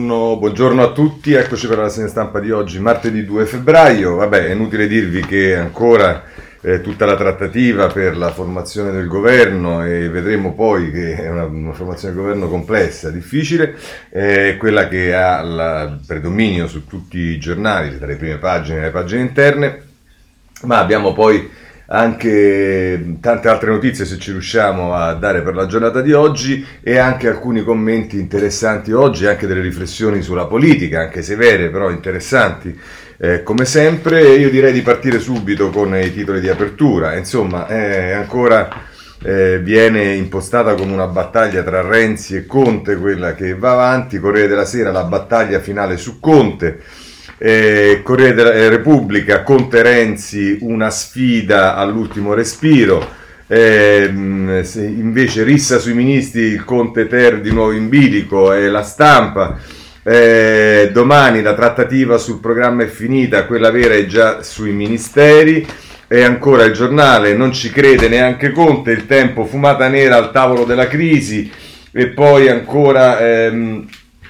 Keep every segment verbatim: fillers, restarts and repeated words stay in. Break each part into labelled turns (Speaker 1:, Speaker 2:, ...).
Speaker 1: No, buongiorno a tutti, eccoci per la rassegna stampa di oggi, martedì due febbraio. Vabbè, è inutile dirvi che ancora eh, tutta la trattativa per la formazione del governo, e vedremo poi che è una, una formazione del governo complessa, difficile, è quella che ha il predominio su tutti i giornali, dalle prime pagine alle pagine interne, ma abbiamo poi anche tante altre notizie, se ci riusciamo a dare, per la giornata di oggi, e anche alcuni commenti interessanti oggi, anche delle riflessioni sulla politica, anche severe però interessanti eh, come sempre. Io direi di partire subito con i titoli di apertura. Insomma, è ancora eh, viene impostata come una battaglia tra Renzi e Conte quella che va avanti. Corriere della Sera, la battaglia finale su Conte. Eh, Corriere della eh, Repubblica, Conte Renzi, una sfida all'ultimo respiro. Eh, se invece rissa sui ministri, il Conte Ter di nuovo in bilico. E La Stampa, eh, domani la trattativa sul programma è finita, quella vera è già sui ministeri. E ancora Il Giornale, non ci crede neanche Conte, il Tempo, fumata nera al tavolo della crisi. E poi ancora ehm,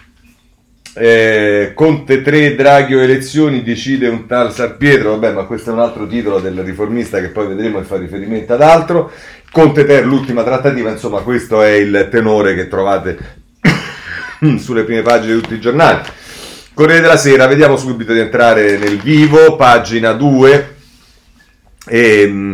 Speaker 1: Eh, Conte tre, Draghi o elezioni, decide un tal Sarpietro. Vabbè, ma questo è un altro titolo del Riformista che poi vedremo e fa riferimento ad altro. Conte ter, l'ultima trattativa. Insomma, questo è il tenore che trovate sulle prime pagine di tutti i giornali. Corriere della Sera, vediamo subito di entrare nel vivo, pagina due. E,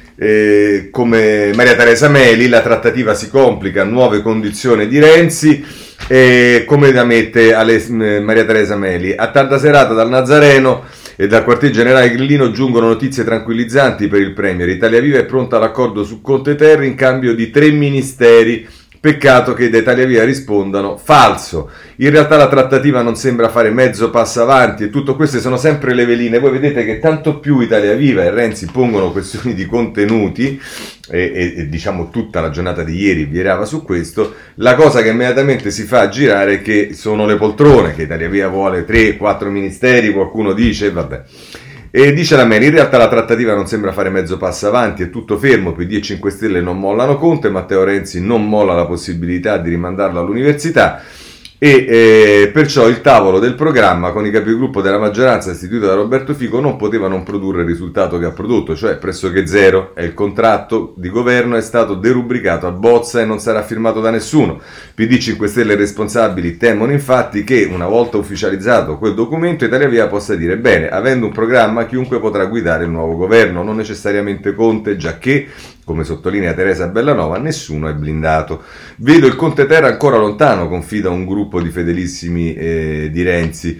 Speaker 1: e, come Maria Teresa Meli, la trattativa si complica, nuove condizioni di Renzi. E come la mette Ale, Maria Teresa Meli: a tarda serata dal Nazareno e dal quartier generale Grillino giungono notizie tranquillizzanti per il Premier. Italia Viva è pronta all'accordo su Conte Ter in cambio di tre ministeri. Peccato che da Italia Viva rispondano falso. In realtà la trattativa non sembra fare mezzo passo avanti, e tutto queste sono sempre le veline. Voi vedete che tanto più Italia Viva e Renzi pongono questioni di contenuti, e, e, e diciamo tutta la giornata di ieri virava su questo, la cosa che immediatamente si fa girare è che sono le poltrone, che Italia Viva vuole tre quattro ministeri, qualcuno dice, vabbè. E dice la Meli, in realtà la trattativa non sembra fare mezzo passo avanti, è tutto fermo, P D e cinque Stelle non mollano Conte, Matteo Renzi non molla la possibilità di rimandarlo all'università, e eh, perciò il tavolo del programma con i capigruppo della maggioranza istituito da Roberto Fico non poteva non produrre il risultato che ha prodotto, cioè pressoché zero. E il contratto di governo è stato derubricato a bozza e non sarà firmato da nessuno. P D, cinque Stelle e responsabili temono infatti che, una volta ufficializzato quel documento, Italia Viva possa dire: bene, avendo un programma chiunque potrà guidare il nuovo governo, non necessariamente Conte, giacché, come sottolinea Teresa Bellanova, nessuno è blindato. Vedo il Conte Ter ancora lontano, confida un gruppo di fedelissimi eh, di Renzi.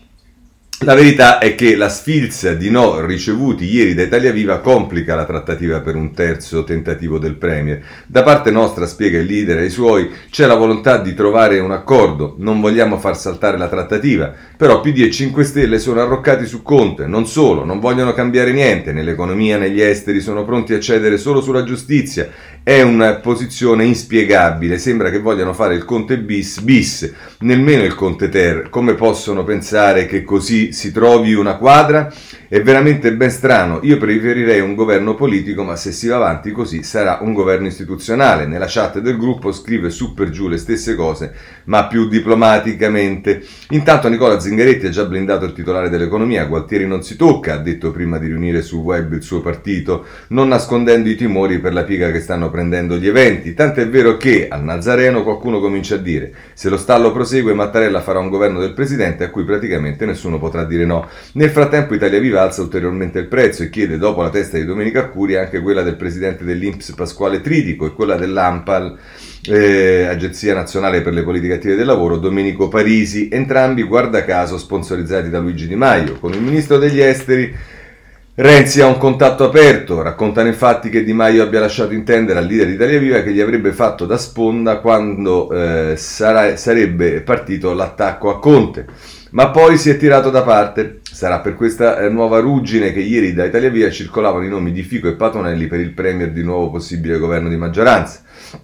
Speaker 1: La verità è che la sfilza di no ricevuti ieri da Italia Viva complica la trattativa per un terzo tentativo del Premier. Da parte nostra, spiega il leader ai suoi, c'è la volontà di trovare un accordo, non vogliamo far saltare la trattativa, però P D e cinque Stelle sono arroccati su Conte, non solo, non vogliono cambiare niente, nell'economia, negli esteri, sono pronti a cedere solo sulla giustizia. È una posizione inspiegabile, sembra che vogliano fare il Conte bis bis, nemmeno il Conte Ter. Come possono pensare che così si trovi una quadra? È veramente ben strano. Io preferirei un governo politico, ma se si va avanti così sarà un governo istituzionale. Nella chat del gruppo scrive su per giù le stesse cose, ma più diplomaticamente. Intanto Nicola Zingaretti ha già blindato il titolare dell'economia: Gualtieri non si tocca, ha detto prima di riunire sul web il suo partito, non nascondendo i timori per la piega che stanno prendendo gli eventi. Tanto è vero che al Nazareno qualcuno comincia a dire: se lo stallo prosegue Mattarella farà un governo del presidente a cui praticamente nessuno potrà dire no. Nel frattempo Italia Viva alza ulteriormente il prezzo e chiede, dopo la testa di Domenica Arcuri, anche quella del presidente dell'I N P S Pasquale Tridico e quella dell'ANPAL, eh, Agenzia Nazionale per le Politiche Attive del Lavoro, Domenico Parisi, entrambi guarda caso sponsorizzati da Luigi Di Maio. Con il ministro degli esteri Renzi ha un contatto aperto, raccontano infatti che Di Maio abbia lasciato intendere al leader di Italia Viva che gli avrebbe fatto da sponda quando eh, sarà, sarebbe partito l'attacco a Conte, ma poi si è tirato da parte. Sarà per questa eh, nuova ruggine che ieri da Italia Viva circolavano i nomi di Fico e Patonelli per il Premier di nuovo possibile governo di maggioranza.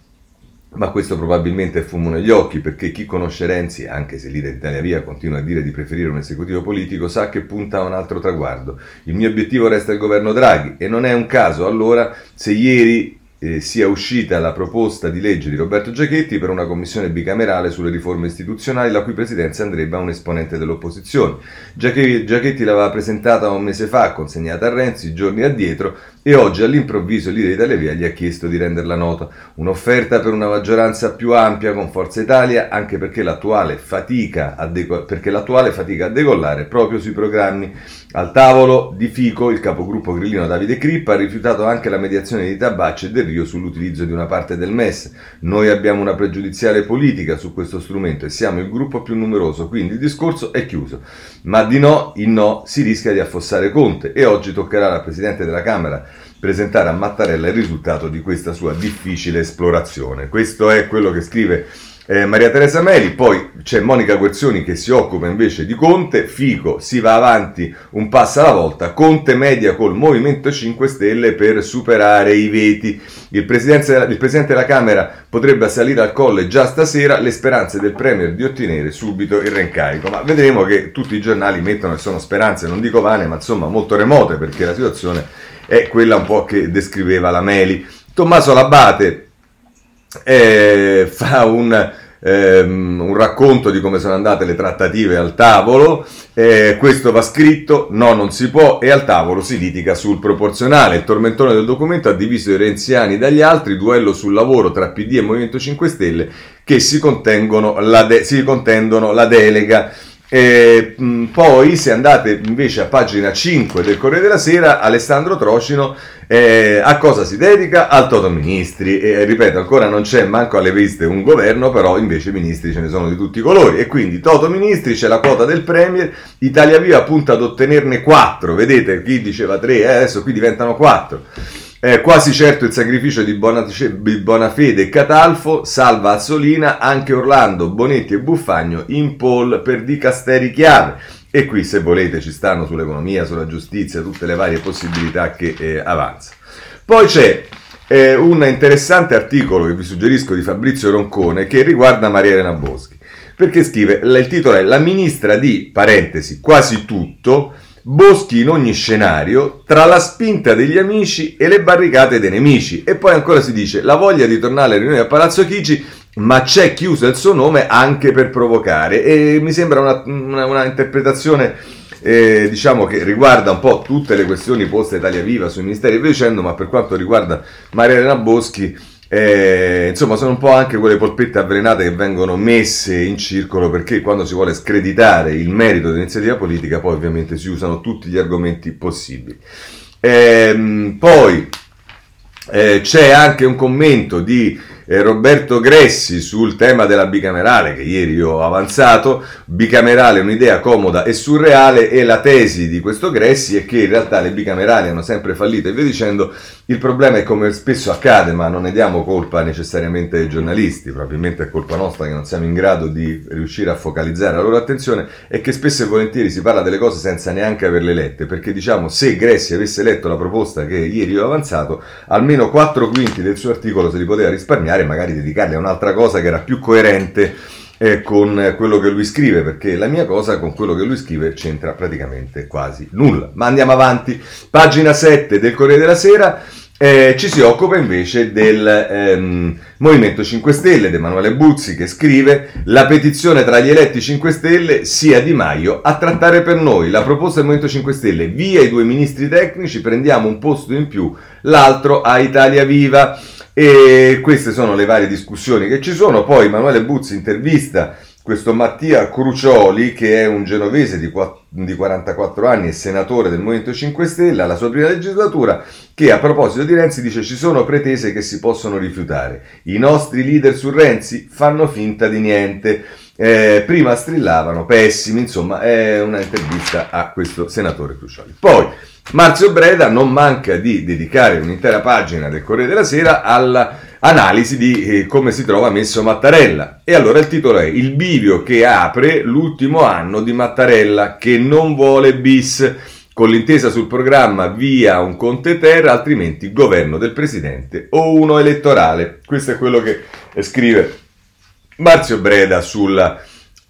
Speaker 1: Ma questo probabilmente è fumo negli occhi, perché chi conosce Renzi, anche se leader di Italia Viva continua a dire di preferire un esecutivo politico, sa che punta a un altro traguardo. Il mio obiettivo resta il governo Draghi, e non è un caso allora se ieri eh, sia uscita la proposta di legge di Roberto Giachetti per una commissione bicamerale sulle riforme istituzionali, la cui presidenza andrebbe a un esponente dell'opposizione. Giachetti, Giachetti l'aveva presentata un mese fa, consegnata a Renzi giorni addietro, e oggi all'improvviso il leader di Italia Viva gli ha chiesto di renderla nota. Un'offerta per una maggioranza più ampia con Forza Italia, anche perché l'attuale fatica a, deco- perché l'attuale fatica a decollare proprio sui programmi. Al tavolo di Fico, il capogruppo grillino Davide Crippa ha rifiutato anche la mediazione di Tabacci e Del Rio sull'utilizzo di una parte del M E S. Noi abbiamo una pregiudiziale politica su questo strumento e siamo il gruppo più numeroso, quindi il discorso è chiuso. Ma di no in no si rischia di affossare Conte e oggi toccherà alla Presidente della Camera presentare a Mattarella il risultato di questa sua difficile esplorazione. Questo è quello che scrive Eh, Maria Teresa Meli. Poi c'è Monica Guerzoni che si occupa invece di Conte. Fico si va avanti un passo alla volta, Conte media col Movimento cinque Stelle per superare i veti, il presidente, il presidente della Camera potrebbe salire al colle già stasera, le speranze del Premier di ottenere subito il reincarico, ma vedremo che tutti i giornali mettono che sono speranze, non dico vane, ma insomma molto remote, perché la situazione è quella un po' che descriveva la Meli. Tommaso Labate Eh, fa un, ehm, un racconto di come sono andate le trattative al tavolo, eh, questo va scritto, no non si può, e al tavolo si litiga sul proporzionale. Il tormentone del documento ha diviso i renziani dagli altri, duello sul lavoro tra P D e Movimento cinque Stelle che si, contengono la de- si contendono la delega. E, mh, poi se andate invece a pagina cinque del Corriere della Sera, Alessandro Trocino eh, a cosa si dedica? Al Toto Ministri, e ripeto, ancora non c'è manco alle viste un governo, però invece ministri ce ne sono di tutti i colori, e quindi Toto Ministri, c'è la quota del Premier, Italia Viva punta ad ottenerne quattro, vedete, chi diceva tre, eh, adesso qui diventano quattro. Eh, quasi certo il sacrificio di Bonafede e Catalfo, salva Azzolina, anche Orlando, Bonetti e Buffagno in poll per dicasteri chiave. E qui, se volete, ci stanno sull'economia, sulla giustizia, tutte le varie possibilità che eh, avanzano. Poi c'è eh, un interessante articolo che vi suggerisco di Fabrizio Roncone che riguarda Maria Elena Boschi, perché scrive, il titolo è "La ministra di, parentesi, quasi tutto, Boschi in ogni scenario, tra la spinta degli amici e le barricate dei nemici". E poi ancora si dice la voglia di tornare alle riunioni a Palazzo Chigi, ma c'è chi usa il suo nome anche per provocare. E mi sembra una, una, una interpretazione eh, diciamo che riguarda un po' tutte le questioni poste a Italia Viva sui ministeri e via dicendo, ma per quanto riguarda Maria Elena Boschi Eh, insomma sono un po' anche quelle polpette avvelenate che vengono messe in circolo, perché quando si vuole screditare il merito dell'iniziativa politica poi ovviamente si usano tutti gli argomenti possibili. Eh, poi eh, c'è anche un commento di eh, Roberto Gressi sul tema della bicamerale che ieri io ho avanzato. Bicamerale è un'idea comoda e surreale, e la tesi di questo Gressi è che in realtà le bicamerali hanno sempre fallito e via dicendo. Il problema è, come spesso accade, ma non ne diamo colpa necessariamente ai giornalisti, probabilmente è colpa nostra che non siamo in grado di riuscire a focalizzare la loro attenzione, è che spesso e volentieri si parla delle cose senza neanche averle lette, perché diciamo, se Gressi avesse letto la proposta che ieri ho avanzato, almeno quattro quinti del suo articolo se li poteva risparmiare e magari dedicarli a un'altra cosa che era più coerente eh, con quello che lui scrive, perché la mia cosa con quello che lui scrive c'entra praticamente quasi nulla. Ma andiamo avanti. Pagina sette del Corriere della Sera. Eh, ci si occupa invece del ehm, Movimento cinque Stelle, di Emanuele Buzzi, che scrive: la petizione tra gli eletti cinque Stelle sia Di Maio a trattare per noi. La proposta del Movimento cinque Stelle: via i due ministri tecnici, prendiamo un posto in più, l'altro a Italia Viva. E queste sono le varie discussioni che ci sono. Poi Emanuele Buzzi intervista questo Mattia Crucioli, che è un genovese di, di quarantaquattro anni e senatore del Movimento cinque Stelle alla sua prima legislatura, che a proposito di Renzi dice: ci sono pretese che si possono rifiutare, i nostri leader su Renzi fanno finta di niente, eh, prima strillavano pessimi. Insomma, è una intervista a questo senatore Crucioli. Poi Marzio Breda non manca di dedicare un'intera pagina del Corriere della Sera all'analisi di eh, come si trova messo Mattarella. E allora il titolo è: il bivio che apre l'ultimo anno di Mattarella, che non vuole bis, con l'intesa sul programma via un Conte Ter, altrimenti governo del presidente o uno elettorale. Questo è quello che scrive Marzio Breda sulla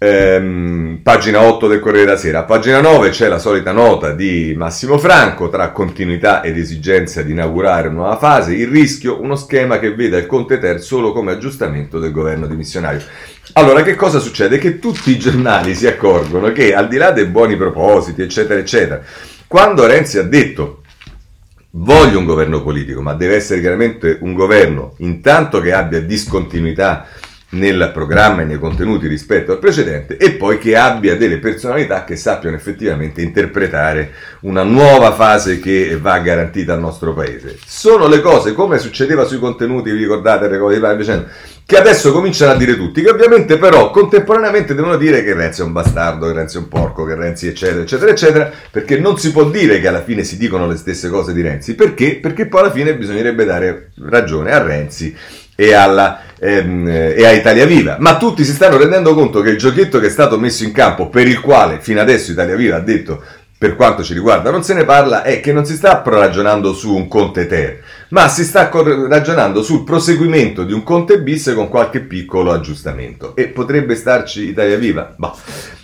Speaker 1: Ehm, pagina otto del Corriere della Sera. A pagina nove c'è la solita nota di Massimo Franco: tra continuità ed esigenza di inaugurare una nuova fase, il rischio uno schema che veda il Conte Ter solo come aggiustamento del governo dimissionario. Allora, che cosa succede? Che tutti i giornali si accorgono che, al di là dei buoni propositi eccetera eccetera, quando Renzi ha detto voglio un governo politico, ma deve essere chiaramente un governo intanto che abbia discontinuità nel programma e nei contenuti rispetto al precedente, e poi che abbia delle personalità che sappiano effettivamente interpretare una nuova fase che va garantita al nostro paese. Sono le cose, come succedeva sui contenuti, vi ricordate le cose di Pai dicendo, che adesso cominciano a dire tutti, che ovviamente però contemporaneamente devono dire che Renzi è un bastardo, che Renzi è un porco, che Renzi eccetera eccetera eccetera, perché non si può dire che alla fine si dicono le stesse cose di Renzi. Perché? Perché poi alla fine bisognerebbe dare ragione a Renzi e alla ehm, e a Italia Viva, ma tutti si stanno rendendo conto che il giochetto che è stato messo in campo, per il quale fino adesso Italia Viva ha detto per quanto ci riguarda non se ne parla, è che non si sta ragionando su un Conte Ter, ma si sta ragionando sul proseguimento di un Conte bis con qualche piccolo aggiustamento. E potrebbe starci Italia Viva? Bah.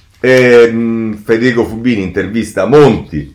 Speaker 1: Ehm, Federico Fubini intervista Monti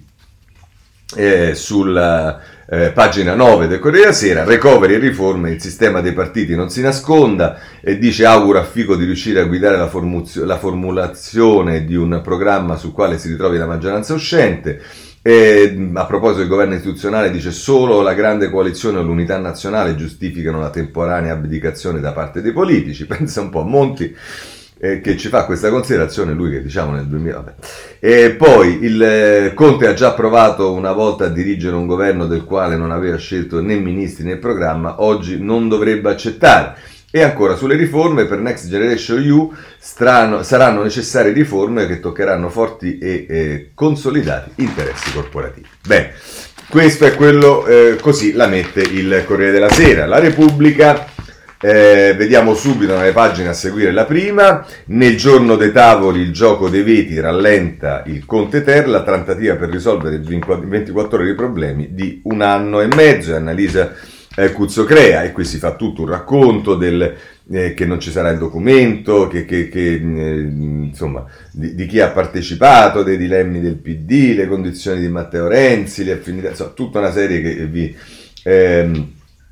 Speaker 1: eh, sul Eh, pagina nove del Corriere della Sera: recovery e riforme, il sistema dei partiti non si nasconda, e dice auguro a Fico di riuscire a guidare la, formuzio- la formulazione di un programma sul quale si ritrovi la maggioranza uscente. E, a proposito del governo istituzionale, dice solo la grande coalizione o l'unità nazionale giustificano la temporanea abdicazione da parte dei politici. Pensa un po' a Monti eh, che ci fa questa considerazione, lui che diciamo nel duemila. Vabbè. E poi il eh, Conte ha già provato una volta a dirigere un governo del quale non aveva scelto né ministri né programma, oggi non dovrebbe accettare. E ancora sulle riforme, per Next Generation E U strano, saranno necessarie riforme che toccheranno forti e eh, consolidati interessi corporativi. Beh, questo è quello, eh, così la mette il Corriere della Sera. La Repubblica, eh, vediamo subito nelle pagine a seguire la prima: nel giorno dei tavoli il gioco dei veti rallenta il Conte Ter, la trattativa per risolvere ventiquattro ore di problemi di un anno e mezzo, e Annalisa eh, Cuzzo Crea, e qui si fa tutto un racconto del eh, che non ci sarà il documento, che, che, che eh, insomma di, di chi ha partecipato, dei dilemmi del P D, le condizioni di Matteo Renzi, le affinità, insomma tutta una serie che vi ehm,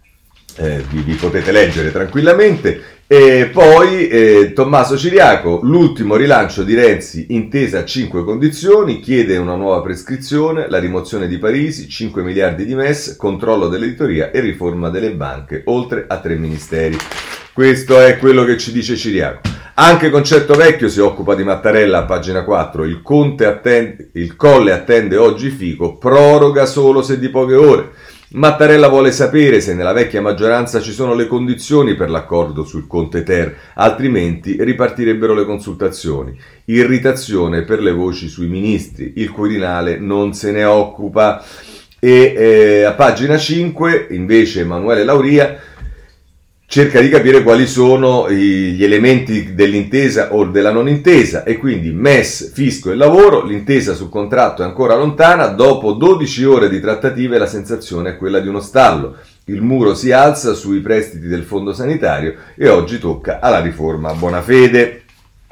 Speaker 1: Eh, vi, vi potete leggere tranquillamente. E poi eh, Tommaso Ciriaco: l'ultimo rilancio di Renzi, intesa a cinque condizioni, chiede una nuova prescrizione, la rimozione di Parisi, cinque miliardi di M E S, controllo dell'editoria e riforma delle banche, oltre a tre ministeri. Questo è quello che ci dice Ciriaco. Anche Concetto Vecchio si occupa di Mattarella a pagina quattro: il, Conte attende, il Colle attende oggi Fico, proroga solo se di poche ore. Mattarella vuole sapere se nella vecchia maggioranza ci sono le condizioni per l'accordo sul Conte Ter, altrimenti ripartirebbero le consultazioni. Irritazione per le voci sui ministri, il Quirinale non se ne occupa. E eh, a pagina cinque invece Emanuele Lauria cerca di capire quali sono gli elementi dell'intesa o della non intesa, e quindi M E S, fisco e lavoro. L'intesa sul contratto è ancora lontana, dopo dodici ore di trattative la sensazione è quella di uno stallo. Il muro si alza sui prestiti del fondo sanitario e oggi tocca alla riforma Bonafede.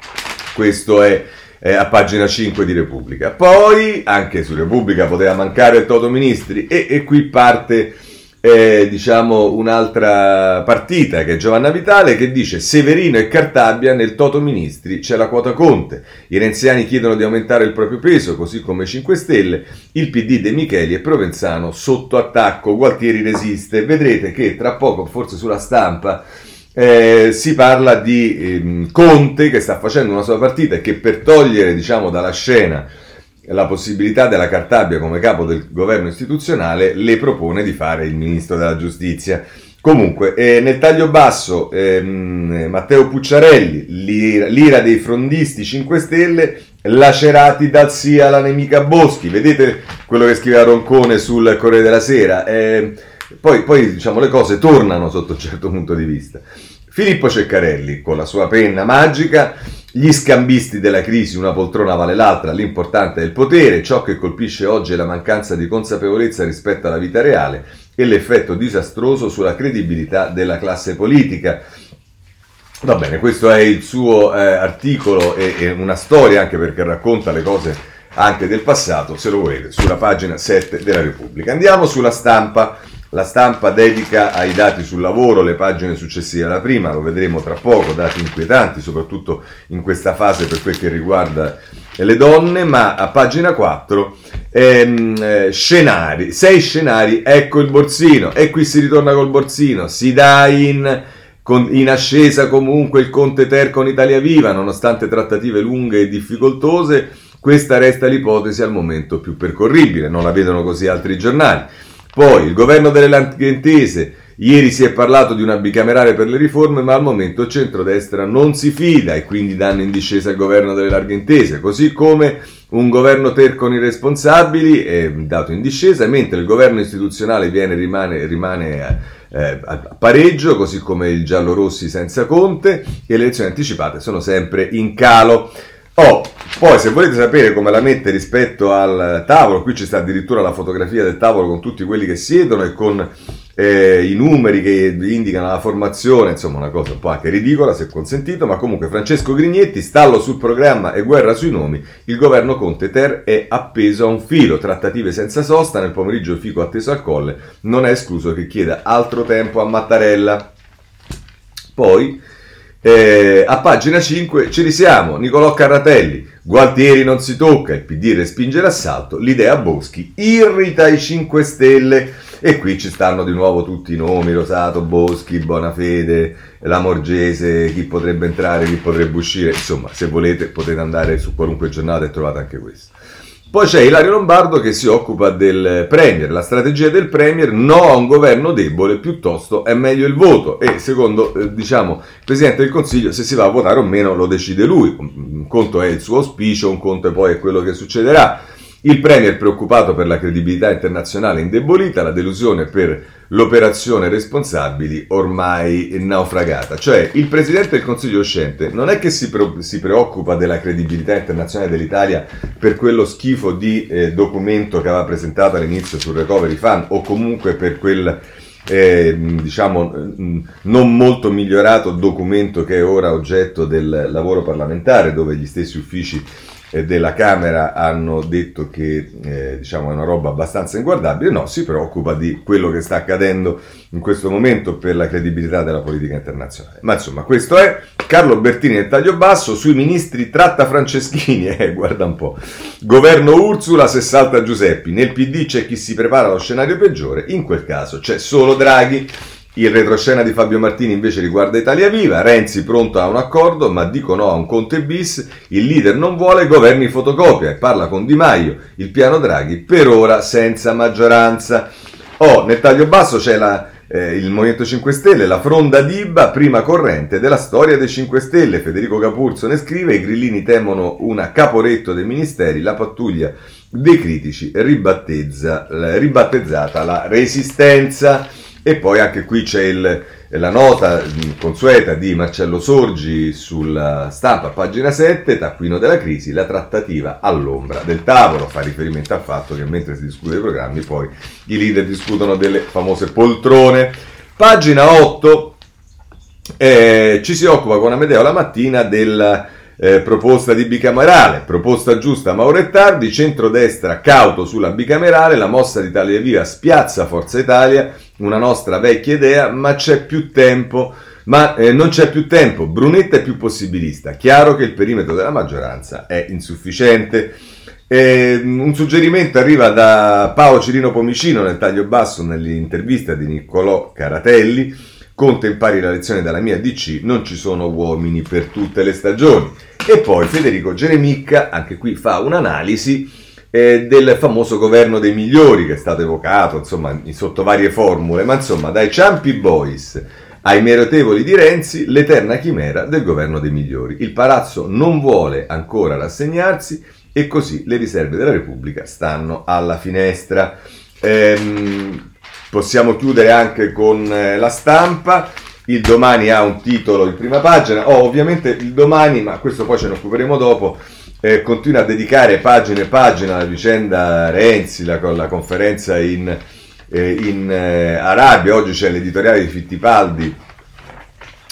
Speaker 1: Questo è eh, a pagina cinque di Repubblica. Poi anche su Repubblica poteva mancare il Toto Ministri, e, e qui parte Eh, diciamo un'altra partita, che è Giovanna Vitale, che dice Severino e Cartabia nel Toto Ministri, c'è la quota Conte, i renziani chiedono di aumentare il proprio peso così come i cinque Stelle, il P D De Micheli e Provenzano sotto attacco, Gualtieri resiste. Vedrete che tra poco, forse sulla Stampa, eh, si parla di eh, Conte che sta facendo una sua partita e che, per togliere diciamo dalla scena la possibilità della Cartabia come capo del governo istituzionale, le propone di fare il ministro della giustizia. Comunque, eh, nel taglio basso, ehm, Matteo Pucciarelli, l'ira, l'ira dei frondisti cinque Stelle, lacerati dal sì alla nemica Boschi. Vedete quello che scriveva Roncone sul Corriere della Sera. Eh, poi, poi diciamo le cose tornano sotto un certo punto di vista. Filippo Ceccarelli, con la sua penna magica: gli scambisti della crisi, una poltrona vale l'altra, l'importante è il potere, ciò che colpisce oggi è la mancanza di consapevolezza rispetto alla vita reale e l'effetto disastroso sulla credibilità della classe politica. Va bene, questo è il suo eh, articolo e, e una storia, anche perché racconta le cose anche del passato, se lo volete, sulla pagina sette della Repubblica. Andiamo sulla Stampa. La Stampa dedica ai dati sul lavoro le pagine successive alla prima, lo vedremo tra poco, dati inquietanti, soprattutto in questa fase per quel che riguarda le donne, ma a pagina quattro ehm, eh, scenari, sei scenari, ecco il borsino, e qui si ritorna col borsino, si dà in... in ascesa comunque il Conte Ter con Italia Viva, nonostante trattative lunghe e difficoltose, questa resta l'ipotesi al momento più percorribile, non la vedono così altri giornali. Poi il governo delle larghe intese, ieri si è parlato di una bicamerale per le riforme, ma al momento il centrodestra non si fida e quindi danno in discesa il governo delle larghe intese, così come un governo Ter con i responsabili è dato in discesa, mentre il governo istituzionale viene, rimane, rimane eh, a pareggio, così come il giallorossi senza Conte, e le elezioni anticipate sono sempre in calo. Oh, poi se volete sapere come la mette rispetto al tavolo, qui ci sta addirittura la fotografia del tavolo con tutti quelli che siedono e con eh, i numeri che indicano la formazione, insomma una cosa un po' anche ridicola se consentito, ma comunque Francesco Grignetti, stallo sul programma e guerra sui nomi, il governo Conte Ter è appeso a un filo, trattative senza sosta, nel pomeriggio Fico atteso al colle, non è escluso che chieda altro tempo a Mattarella. Poi Eh, a pagina cinque ci risiamo, Nicolò Carratelli, Gualtieri non si tocca, il P D respinge l'assalto, l'idea Boschi irrita i cinque Stelle, e qui ci stanno di nuovo tutti i nomi, Rosato, Boschi, Bonafede, Lamorgese, chi potrebbe entrare, chi potrebbe uscire, insomma se volete potete andare su qualunque giornata e trovate anche questo. Poi c'è Ilario Lombardo che si occupa del Premier, la strategia del Premier, no a un governo debole, piuttosto è meglio il voto, e secondo eh, diciamo il Presidente del Consiglio se si va a votare o meno lo decide lui, un conto è il suo auspicio, un conto è poi quello che succederà. Il Premier preoccupato per la credibilità internazionale indebolita, la delusione per l'operazione responsabili ormai naufragata. Cioè il Presidente del Consiglio uscente non è che si, pre- si preoccupa della credibilità internazionale dell'Italia per quello schifo di eh, documento che aveva presentato all'inizio sul Recovery Fund, o comunque per quel eh, diciamo non molto migliorato documento che è ora oggetto del lavoro parlamentare, dove gli stessi uffici della Camera hanno detto che eh, diciamo è una roba abbastanza inguardabile. No, si preoccupa di quello che sta accadendo in questo momento per la credibilità della politica internazionale. Ma insomma, questo è Carlo Bertini nel taglio basso. Sui ministri tratta Franceschini, eh, guarda un po'. Governo Ursula se salta Giuseppi, nel P D c'è chi si prepara allo scenario peggiore, in quel caso c'è solo Draghi. Il retroscena di Fabio Martini invece riguarda Italia Viva, Renzi pronto a un accordo ma dico no a un Conte bis, il leader non vuole governi fotocopia e parla con Di Maio, il piano Draghi per ora senza maggioranza. Oh, nel taglio basso c'è la, eh, il Movimento cinque Stelle, la fronda d'Ibba, prima corrente della storia dei cinque Stelle, Federico Capurzo ne scrive, i grillini temono una Caporetto dei ministeri, la pattuglia dei critici ribattezza, ribattezzata la Resistenza. E poi anche qui c'è il, la nota consueta di Marcello Sorgi sulla Stampa, pagina sette, taccuino della crisi, la trattativa all'ombra del tavolo, fa riferimento al fatto che mentre si discute dei programmi poi i leader discutono delle famose poltrone. Pagina otto, eh, ci si occupa con Amedeo la mattina della Eh, proposta di bicamerale, proposta giusta Mauro e Tardi, centrodestra cauto sulla bicamerale, la mossa di Italia Viva spiazza Forza Italia, una nostra vecchia idea, ma c'è più tempo, ma eh, non c'è più tempo, Brunetta è più possibilista, chiaro che il perimetro della maggioranza è insufficiente. Eh, un suggerimento arriva da Paolo Cirino Pomicino nel taglio basso nell'intervista di Niccolò Caratelli, Conte impari la lezione dalla mia D C, non ci sono uomini per tutte le stagioni. E poi Federico Geremicca, anche qui fa un'analisi eh, del famoso governo dei migliori che è stato evocato, insomma, sotto varie formule, ma insomma, dai Ciampi Boys ai meritevoli di Renzi, l'eterna chimera del governo dei migliori. Il palazzo non vuole ancora rassegnarsi e così le riserve della Repubblica stanno alla finestra. Ehm, possiamo chiudere anche con eh, la Stampa. Il Domani ha un titolo in prima pagina, oh, ovviamente il Domani, ma questo poi ce ne occuperemo dopo, eh, continua a dedicare pagine e pagine alla vicenda Renzi, la, la conferenza in, eh, in eh, Arabia. Oggi c'è l'editoriale di Fittipaldi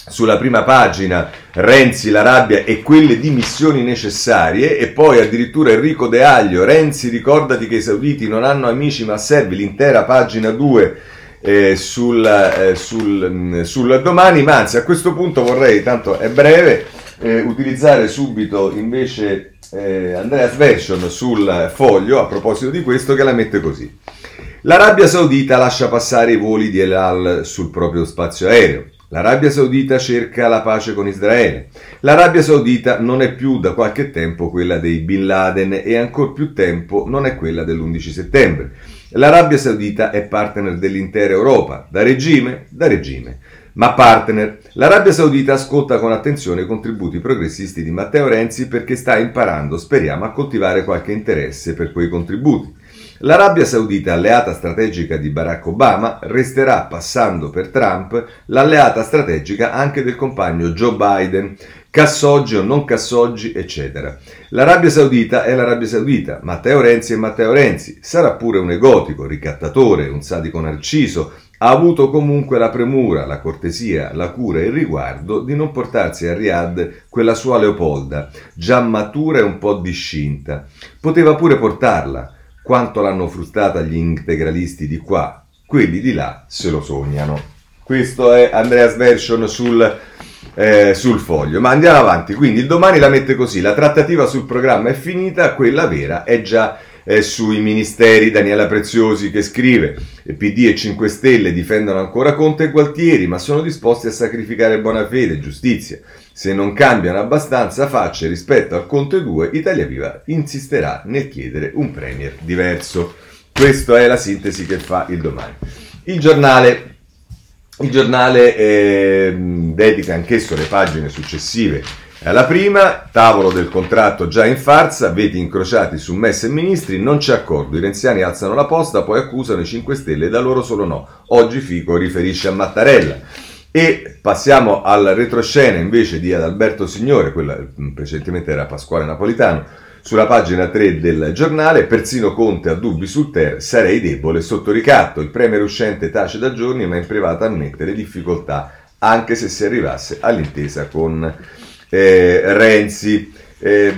Speaker 1: sulla prima pagina Renzi, la rabbia e quelle dimissioni necessarie, e poi addirittura Enrico De Aglio, Renzi ricordati che i sauditi non hanno amici ma servi, l'intera pagina due eh, sul, eh, sul, sul Domani. Ma anzi, a questo punto vorrei, tanto è breve, eh, utilizzare subito invece eh, Andreas Version sul Foglio a proposito di questo, che la mette così: l'Arabia Saudita lascia passare i voli di El Al sul proprio spazio aereo. L'Arabia Saudita cerca la pace con Israele. L'Arabia Saudita non è più da qualche tempo quella dei Bin Laden e ancor più tempo non è quella dell'undici settembre. L'Arabia Saudita è partner dell'intera Europa, da regime, da regime, ma partner. L'Arabia Saudita ascolta con attenzione i contributi progressisti di Matteo Renzi perché sta imparando, speriamo, a coltivare qualche interesse per quei contributi. L'Arabia Saudita, alleata strategica di Barack Obama, resterà, passando per Trump, l'alleata strategica anche del compagno Joe Biden, Cassoggi o non Cassoggi, eccetera. L'Arabia Saudita è l'Arabia Saudita, Matteo Renzi è Matteo Renzi, sarà pure un egotico, ricattatore, un sadico narciso, ha avuto comunque la premura, la cortesia, la cura e il riguardo di non portarsi a Riyadh quella sua Leopolda, già matura e un po' discinta. Poteva pure portarla. Quanto l'hanno frustrata gli integralisti di qua, quelli di là se lo sognano. Questo è Andreas Version sul, eh, sul Foglio. Ma andiamo avanti. Quindi il Domani la mette così: la trattativa sul programma è finita, quella vera è già eh, sui ministeri. Daniela Preziosi che scrive: P D e cinque Stelle difendono ancora Conte e Gualtieri, ma sono disposti a sacrificare buona fede e giustizia. Se non cambiano abbastanza facce rispetto al Conte due, Italia Viva insisterà nel chiedere un premier diverso. Questa è la sintesi che fa il Domani. Il giornale, il giornale eh, dedica anch'esso le pagine successive alla prima: tavolo del contratto già in farsa, veti incrociati su M E S e ministri, non c'è accordo, i renziani alzano la posta, poi accusano i cinque Stelle, da loro solo no. Oggi Fico riferisce a Mattarella. E passiamo al retroscena invece di Adalberto Signore, quella precedentemente era Pasquale Napolitano, sulla pagina tre del giornale: persino Conte ha dubbi sul T E R, sarei debole sotto ricatto, il premier uscente tace da giorni ma in privato ammette le difficoltà anche se si arrivasse all'intesa con eh, Renzi. E,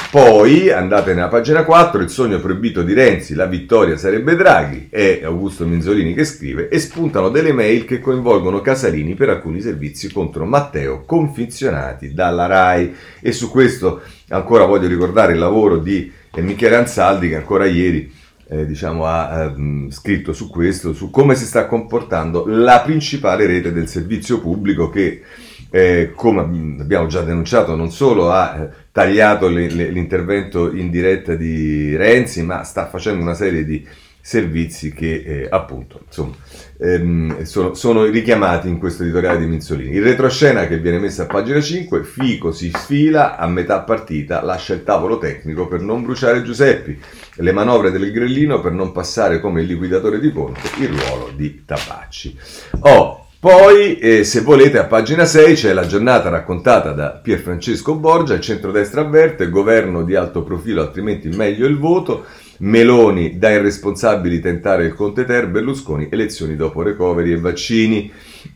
Speaker 1: poi andate nella pagina quattro: il sogno proibito di Renzi, la vittoria sarebbe Draghi, è Augusto Minzolini che scrive, e spuntano delle mail che coinvolgono Casalini per alcuni servizi contro Matteo confezionati dalla RAI. E su questo ancora voglio ricordare il lavoro di eh, Michele Ansaldi, che ancora ieri eh, diciamo, ha eh, scritto su questo, su come si sta comportando la principale rete del servizio pubblico, che Eh, come abbiamo già denunciato, non solo ha eh, tagliato le, le, l'intervento in diretta di Renzi, ma sta facendo una serie di servizi che eh, appunto insomma, ehm, sono, sono richiamati in questo editoriale di Minzolini. Il retroscena che viene messo a pagina cinque: Fico si sfila a metà partita, lascia il tavolo tecnico per non bruciare Giuseppi, le manovre del grillino per non passare come il liquidatore di Conte il ruolo di Tabacci. Oh, Poi, eh, se volete, a pagina sei c'è la giornata raccontata da Pier Francesco Borgia. Il centrodestra avverte: governo di alto profilo, altrimenti meglio il voto. Meloni, da irresponsabili tentare il Conte Ter. Berlusconi, elezioni dopo recovery e vaccini.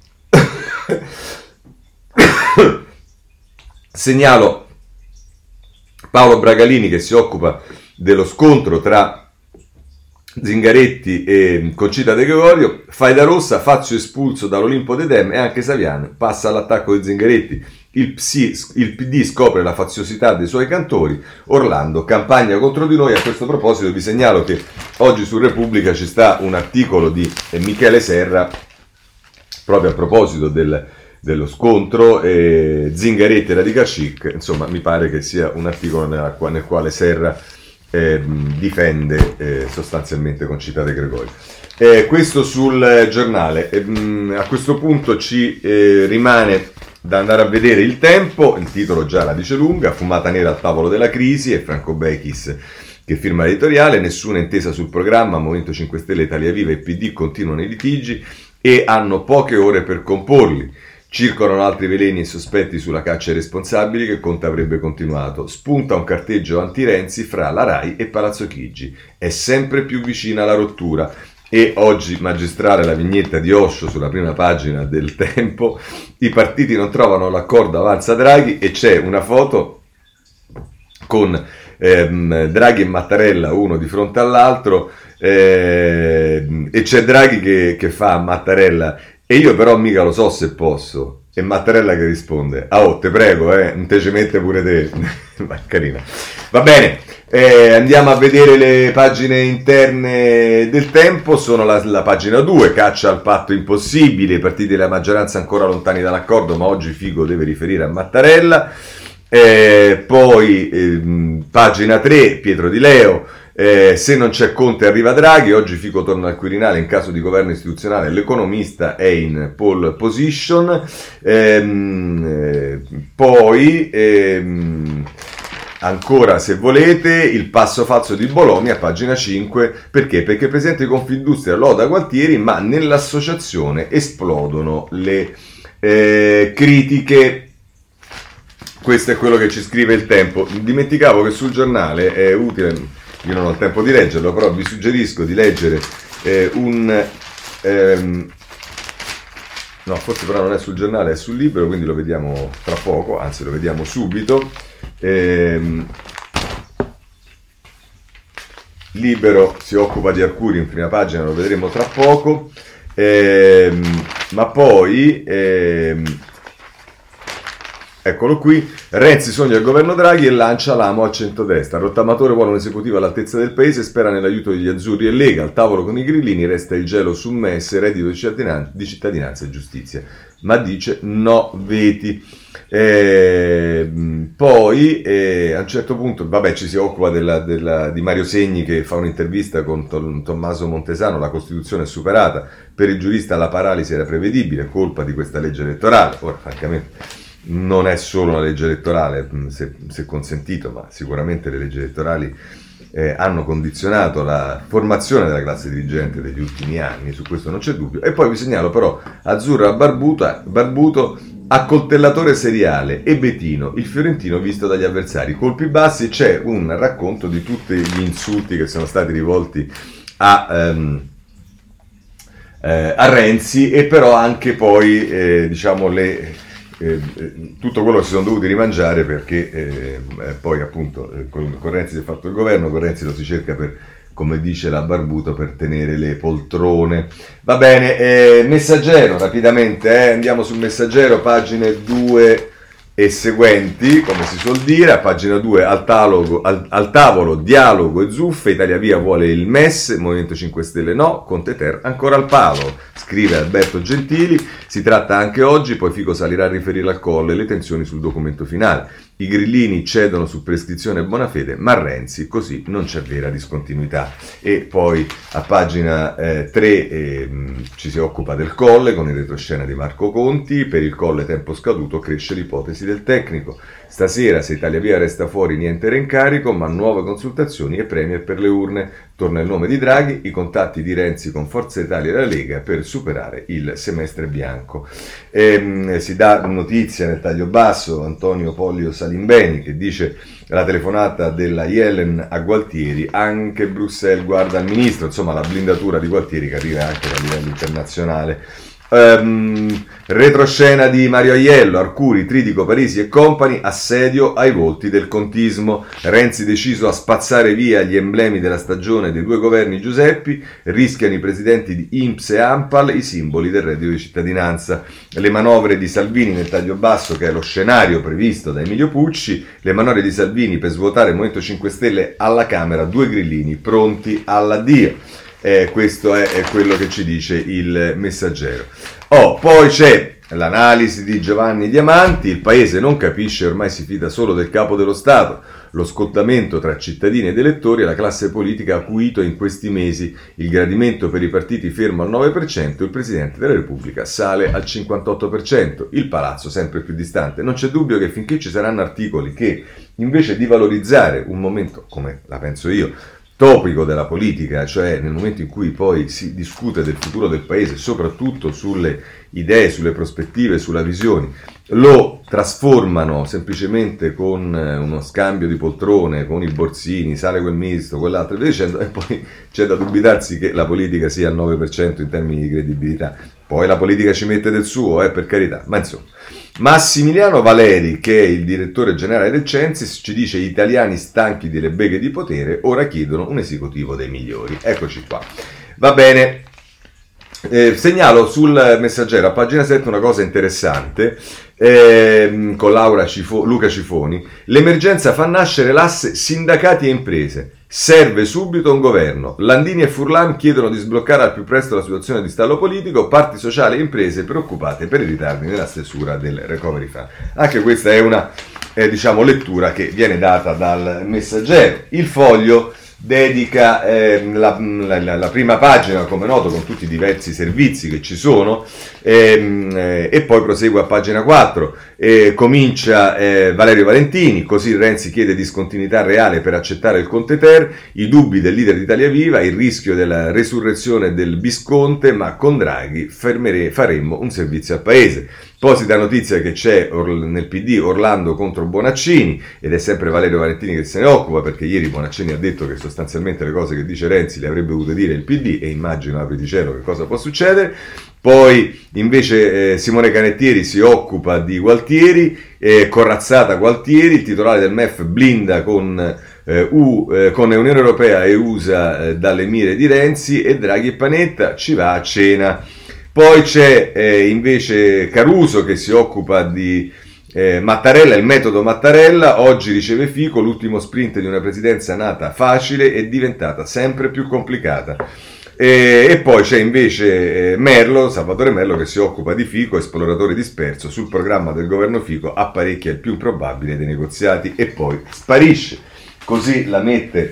Speaker 1: Segnalo Paolo Bragalini che si occupa dello scontro tra Zingaretti e Concita De Gregorio. Faida rossa, Fazio espulso dall'Olimpo de Dem e anche Saviano passa all'attacco di Zingaretti. Il, psi, il P D scopre la faziosità dei suoi cantori. Orlando, campagna contro di noi. A questo proposito vi segnalo che oggi su Repubblica ci sta un articolo di Michele Serra proprio a proposito del, dello scontro eh, Zingaretti e Radical Chic. Insomma, mi pare che sia un articolo nella, nel quale Serra Eh, difende eh, sostanzialmente Concita De Gregorio. Eh, questo sul eh, giornale. Eh, mh, a questo punto ci eh, rimane da andare a vedere Il Tempo. Il titolo già la dice lunga: fumata nera al tavolo della crisi. E Franco Bechis che firma l'editoriale. Nessuna intesa sul programma, Movimento cinque Stelle, Italia Viva e P D continuano i litigi e hanno poche ore per comporli. Circolano altri veleni e sospetti sulla caccia ai responsabili che Conte avrebbe continuato. Spunta un carteggio anti-Renzi fra la RAI e Palazzo Chigi. È sempre più vicina la rottura. e oggi magistrale la vignetta di Osho sulla prima pagina del Tempo, i partiti non trovano l'accordo, avanza Draghi, e c'è una foto con ehm, Draghi e Mattarella uno di fronte all'altro, ehm, e c'è Draghi che, che fa a Mattarella: e io però mica lo so se posso. E Mattarella che risponde: ah, oh, te prego, eh, non te ci mette pure te. Ma carina. Va bene, eh, andiamo a vedere le pagine interne del Tempo. Sono la, la pagina due, caccia al patto impossibile, i partiti della maggioranza ancora lontani dall'accordo, ma oggi Figo deve riferire a Mattarella. Eh, poi eh, pagina tre, Pietro Di Leo. Eh, se non c'è Conte arriva Draghi, oggi Fico torna al Quirinale in caso di governo istituzionale, l'economista è in pole position. Ehm, eh, poi ehm, ancora, se volete, il passo falso di Bologna, pagina cinque, perché? Perché il presidente di Confindustria loda Gualtieri, ma nell'associazione esplodono le eh, critiche. Questo è quello che ci scrive il Tempo. Dimenticavo che sul giornale è utile, io non ho il tempo di leggerlo, però vi suggerisco di leggere eh, un... Ehm, no, forse però non è sul giornale, è sul Libero, quindi lo vediamo tra poco, anzi lo vediamo subito. Ehm, Libero si occupa di Arcuri in prima pagina, lo vedremo tra poco. Ehm, ma poi... Ehm, Eccolo qui, Renzi sogna il governo Draghi e lancia l'amo al centrodestra. Il rottamatore vuole un'esecutiva all'altezza del paese e spera nell'aiuto degli azzurri e Lega. Al tavolo con i grillini resta il gelo su M E S, reddito di cittadinanza, di cittadinanza e giustizia. Ma dice no veti. Eh, poi eh, a un certo punto, vabbè, ci si occupa della, della, di Mario Segni che fa un'intervista con Tom, Tommaso Montesano. La Costituzione è superata, per il giurista la paralisi era prevedibile, colpa di questa legge elettorale. Ora, francamente... non è solo una legge elettorale, se, se consentito, ma sicuramente le leggi elettorali eh, hanno condizionato la formazione della classe dirigente degli ultimi anni, su questo non c'è dubbio. E poi vi segnalo però Azzurra Barbuta, Barbuto, accoltellatore seriale, e Bettino, il fiorentino visto dagli avversari. Colpi bassi, c'è un racconto di tutti gli insulti che sono stati rivolti a... Um, eh, a Renzi, e però anche poi eh, diciamo le... Eh, tutto quello che si sono dovuti rimangiare perché eh, poi appunto eh, con, con Renzi si è fatto il governo, con Renzi lo si cerca per, come dice la Barbuto, per tenere le poltrone. Va bene, eh, Messaggero rapidamente, eh, andiamo sul Messaggero, pagine due e seguenti, come si suol dire. A pagina due, al, talogo, al, al tavolo dialogo e zuffe, Italia Via vuole il M E S, Movimento cinque Stelle no, Conte Ter ancora al palo, scrive Alberto Gentili. Si tratta anche oggi, poi Fico salirà a riferire al Colle le tensioni sul documento finale. I grillini cedono su prescrizione e buona fede, ma Renzi così non c'è vera discontinuità. E poi a pagina eh, tre eh, ci si occupa del Colle con il retroscena di Marco Conti. Per il Colle tempo scaduto cresce l'ipotesi del tecnico. Stasera se Italia Via resta fuori niente reincarico, ma nuove consultazioni e premier per le urne. Torna il nome di Draghi, i contatti di Renzi con Forza Italia e la Lega per superare il semestre bianco. E, si dà notizia nel taglio basso Antonio Pollio Salimbeni che dice: la telefonata della Yellen a Gualtieri, anche Bruxelles guarda al ministro. Insomma, la blindatura di Gualtieri che arriva anche a livello internazionale. Um, retroscena di Mario Aiello, Arcuri, Tridico, Parisi e compagni, assedio ai volti del contismo. Renzi deciso a spazzare via gli emblemi della stagione dei due governi Giuseppi, rischiano i presidenti di I N P S e ANPAL i simboli del reddito di cittadinanza. Le manovre di Salvini nel taglio basso, che è lo scenario previsto da Emilio Pucci, le manovre di Salvini per svuotare il Movimento cinque Stelle alla Camera, due grillini pronti all'addio. Eh, questo è, è quello che ci dice il Messaggero. Oh, poi c'è l'analisi di Giovanni Diamanti. Il paese non capisce, ormai si fida solo del capo dello Stato. Lo scottamento tra cittadini ed elettori e la classe politica ha acuito in questi mesi. Il gradimento per i partiti fermo al nove per cento, il Presidente della Repubblica sale al cinquantotto per cento, il palazzo sempre più distante. Non c'è dubbio che finché ci saranno articoli che, invece di valorizzare un momento, come la penso io, topico della politica, cioè nel momento in cui poi si discute del futuro del paese, soprattutto sulle idee, sulle prospettive, sulla visione, lo trasformano semplicemente con uno scambio di poltrone, con i borsini, sale quel misto, quell'altro e via dicendo, e poi c'è da dubitarsi che la politica sia al nove per cento in termini di credibilità. Poi la politica ci mette del suo, eh, per carità, ma insomma. Massimiliano Valeri, che è il direttore generale del Censis, ci dice: gli italiani stanchi delle beghe di potere ora chiedono un esecutivo dei migliori. Eccoci qua. Va bene. Eh, segnalo sul Messaggero a pagina sette una cosa interessante, eh, con Laura Cifo- Luca Cifoni. L'emergenza fa nascere l'asse sindacati e imprese, serve subito un governo. Landini e Furlan chiedono di sbloccare al più presto la situazione di stallo politico, parti sociali e imprese preoccupate per i ritardi nella stesura del Recovery Fund. Anche questa è una eh, diciamo lettura che viene data dal Messaggero. Il Foglio dedica eh, la, la, la prima pagina, come noto, con tutti i diversi servizi che ci sono, ehm, eh, e poi prosegue a pagina quattro. Eh, comincia eh, Valerio Valentini: così Renzi chiede discontinuità reale per accettare il Conte Ter, i dubbi del leader di Italia Viva, il rischio della resurrezione del Visconte, ma con Draghi fermere, faremmo un servizio al paese. Poi si dà notizia che c'è nel P D Orlando contro Bonaccini, ed è sempre Valerio Valentini che se ne occupa, perché ieri Bonaccini ha detto che sostanzialmente le cose che dice Renzi le avrebbe voluto dire il P D, e immagino, apri di cielo, che cosa può succedere. Poi invece eh, Simone Canettieri si occupa di Gualtieri, eh, corazzata Gualtieri, il titolare del M E F blinda con, eh, U, eh, con Unione Europea e U S A eh, dalle mire di Renzi, e Draghi e Panetta ci va a cena. Poi c'è eh, invece Caruso che si occupa di eh, Mattarella, il metodo Mattarella. Oggi riceve Fico: l'ultimo sprint di una presidenza nata facile è diventata sempre più complicata. E, e poi c'è invece eh, Merlo, Salvatore Merlo, che si occupa di Fico, esploratore disperso, sul programma del governo Fico apparecchia il più improbabile dei negoziati e poi sparisce. Così la mette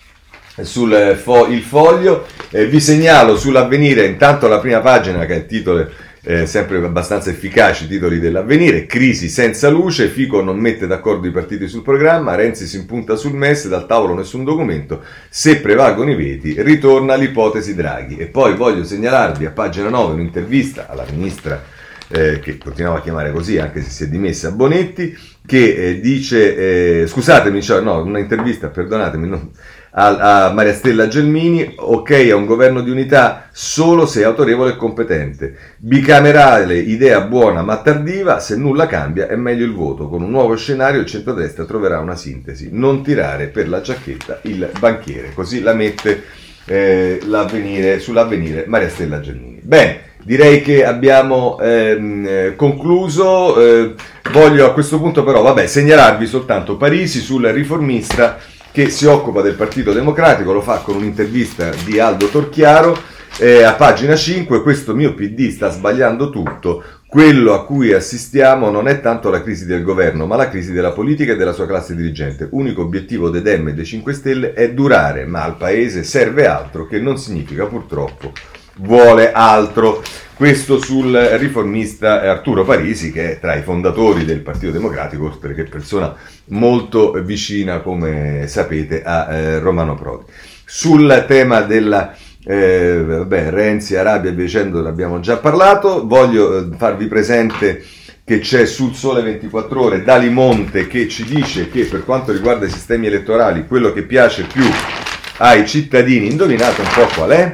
Speaker 1: sul fo- il Foglio. Eh, vi segnalo sull'Avvenire intanto la prima pagina, che è il titolo eh, sempre abbastanza efficaci, titoli dell'Avvenire: crisi senza luce, Fico non mette d'accordo i partiti sul programma, Renzi si impunta sul M E S, dal tavolo nessun documento, se prevalgono i veti ritorna l'ipotesi Draghi. E poi voglio segnalarvi a pagina nove un'intervista alla ministra, eh, che continuiamo a chiamare così anche se si è dimessa, Bonetti, che eh, dice, eh, scusatemi, cioè, no, un'intervista, perdonatemi, no, a, a Maria Stella Gelmini: ok a un governo di unità solo se è autorevole e competente, bicamerale idea buona ma tardiva, se nulla cambia è meglio il voto, con un nuovo scenario il centrodestra troverà una sintesi, non tirare per la giacchetta il banchiere. Così la mette eh, l'avvenire, sull'Avvenire Maria Stella Gelmini. Bene, direi che abbiamo ehm, concluso. Eh, voglio a questo punto però vabbè segnalarvi soltanto Parisi sul Riformista, che si occupa del Partito Democratico, lo fa con un'intervista di Aldo Torchiaro, eh, a pagina cinque: questo mio P D sta sbagliando tutto, quello a cui assistiamo non è tanto la crisi del governo, ma la crisi della politica e della sua classe dirigente. Unico obiettivo dei Dem e dei cinque Stelle è durare, ma al paese serve altro, che non significa purtroppo vuole altro. Questo sul Riformista Arturo Parisi, che è tra i fondatori del Partito Democratico, oltre che persona molto vicina, come sapete, a eh, Romano Prodi. Sul tema della eh, vabbè, Renzi, Arabia e via dicendo, l'abbiamo già parlato. Voglio eh, farvi presente che c'è sul Sole ventiquattro Ore Dalimonte che ci dice che per quanto riguarda i sistemi elettorali quello che piace più ai cittadini, indovinate un po' qual è?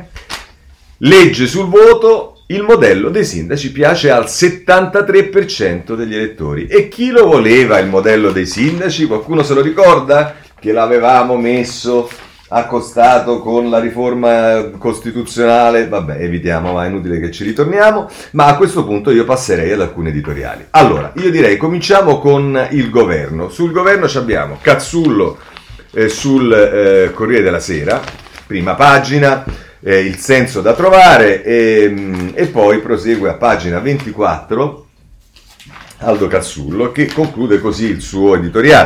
Speaker 1: Legge sul voto: il modello dei sindaci piace al settantatré per cento degli elettori. E chi lo voleva il modello dei sindaci? Qualcuno se lo ricorda? Che l'avevamo messo accostato con la riforma costituzionale. Vabbè, evitiamo, ma è inutile che ci ritorniamo. Ma a questo punto io passerei ad alcuni editoriali. Allora, io direi cominciamo con il governo. Sul governo abbiamo Cazzullo eh, sul eh, Corriere della Sera, prima pagina. Eh, il senso da trovare, e, e poi prosegue a pagina ventiquattro Aldo Cazzullo, che conclude così il suo editoriale: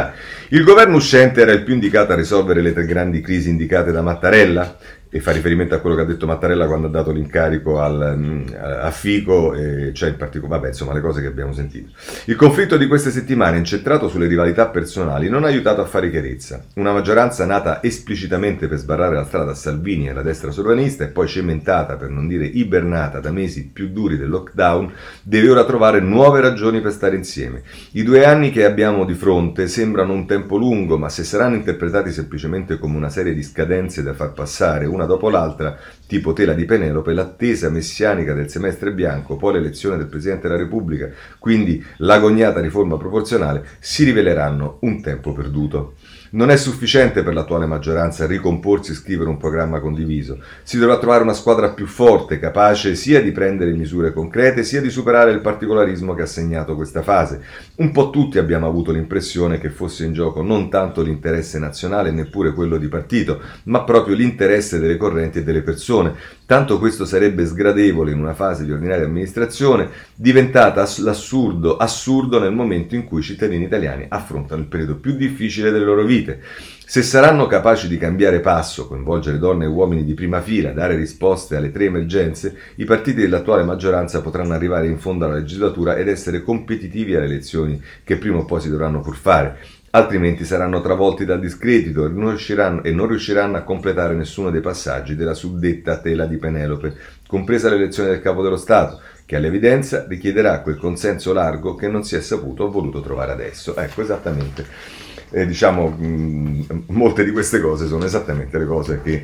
Speaker 1: Il governo uscente era il più indicato a risolvere le tre grandi crisi indicate da Mattarella? E fa riferimento a quello che ha detto Mattarella quando ha dato l'incarico al, a Fico, e cioè in particolare, vabbè, insomma, le cose che abbiamo sentito. Il conflitto di queste settimane, incentrato sulle rivalità personali, non ha aiutato a fare chiarezza. Una maggioranza nata esplicitamente per sbarrare la strada a Salvini e alla destra sovranista e poi cementata, per non dire ibernata, da mesi più duri del lockdown, deve ora trovare nuove ragioni per stare insieme. I due anni che abbiamo di fronte sembrano un tempo lungo, ma se saranno interpretati semplicemente come una serie di scadenze da far passare, una dopo l'altra, tipo tela di Penelope, l'attesa messianica del semestre bianco, poi l'elezione del Presidente della Repubblica, quindi l'agognata riforma proporzionale, si riveleranno un tempo perduto. Non è sufficiente per l'attuale maggioranza ricomporsi e scrivere un programma condiviso. Si dovrà trovare una squadra più forte, capace sia di prendere misure concrete, sia di superare il particolarismo che ha segnato questa fase. Un po' tutti abbiamo avuto l'impressione che fosse in gioco non tanto l'interesse nazionale e neppure quello di partito, ma proprio l'interesse delle correnti e delle persone. Tanto questo sarebbe sgradevole in una fase di ordinaria amministrazione, diventata l'assurdo assurdo nel momento in cui i cittadini italiani affrontano il periodo più difficile delle loro vite. Se saranno capaci di cambiare passo, coinvolgere donne e uomini di prima fila, dare risposte alle tre emergenze, i partiti dell'attuale maggioranza potranno arrivare in fondo alla legislatura ed essere competitivi alle elezioni che prima o poi si dovranno pur fare. Altrimenti saranno travolti dal discredito e non riusciranno, e non riusciranno a completare nessuno dei passaggi della suddetta tela di Penelope, compresa l'elezione del Capo dello Stato, che all'evidenza richiederà quel consenso largo che non si è saputo o voluto trovare adesso. Ecco, esattamente, eh, diciamo, mh, molte di queste cose sono esattamente le cose che,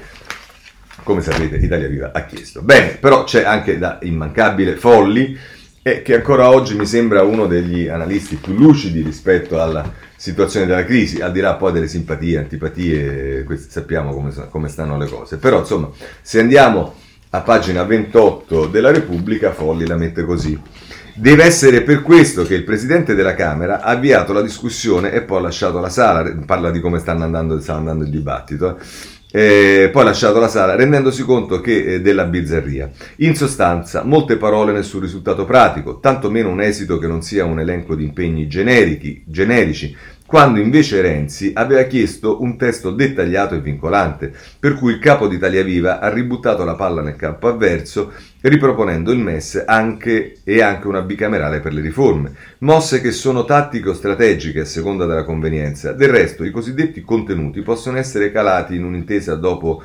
Speaker 1: come sapete, Italia Viva ha chiesto. Bene, però c'è anche da immancabile Folli, eh, che ancora oggi mi sembra uno degli analisti più lucidi rispetto alla situazione della crisi, al di là poi delle simpatie, antipatie, questi, sappiamo come, come stanno le cose. Però, insomma, se andiamo a pagina ventotto della Repubblica, Folli la mette così. Deve essere per questo che il Presidente della Camera ha avviato la discussione e poi ha lasciato la sala, parla di come stanno andando, sta andando il dibattito, eh, poi ha lasciato la sala rendendosi conto che, eh, della bizzarria. In sostanza, molte parole nessun risultato pratico, tanto meno un esito che non sia un elenco di impegni generici, generici, quando invece Renzi aveva chiesto un testo dettagliato e vincolante, per cui il capo di Italia Viva ha ributtato la palla nel campo avverso, riproponendo il M E S anche, e anche una bicamerale per le riforme, mosse che sono tattiche o strategiche a seconda della convenienza. Del resto, i cosiddetti contenuti possono essere calati in un'intesa dopo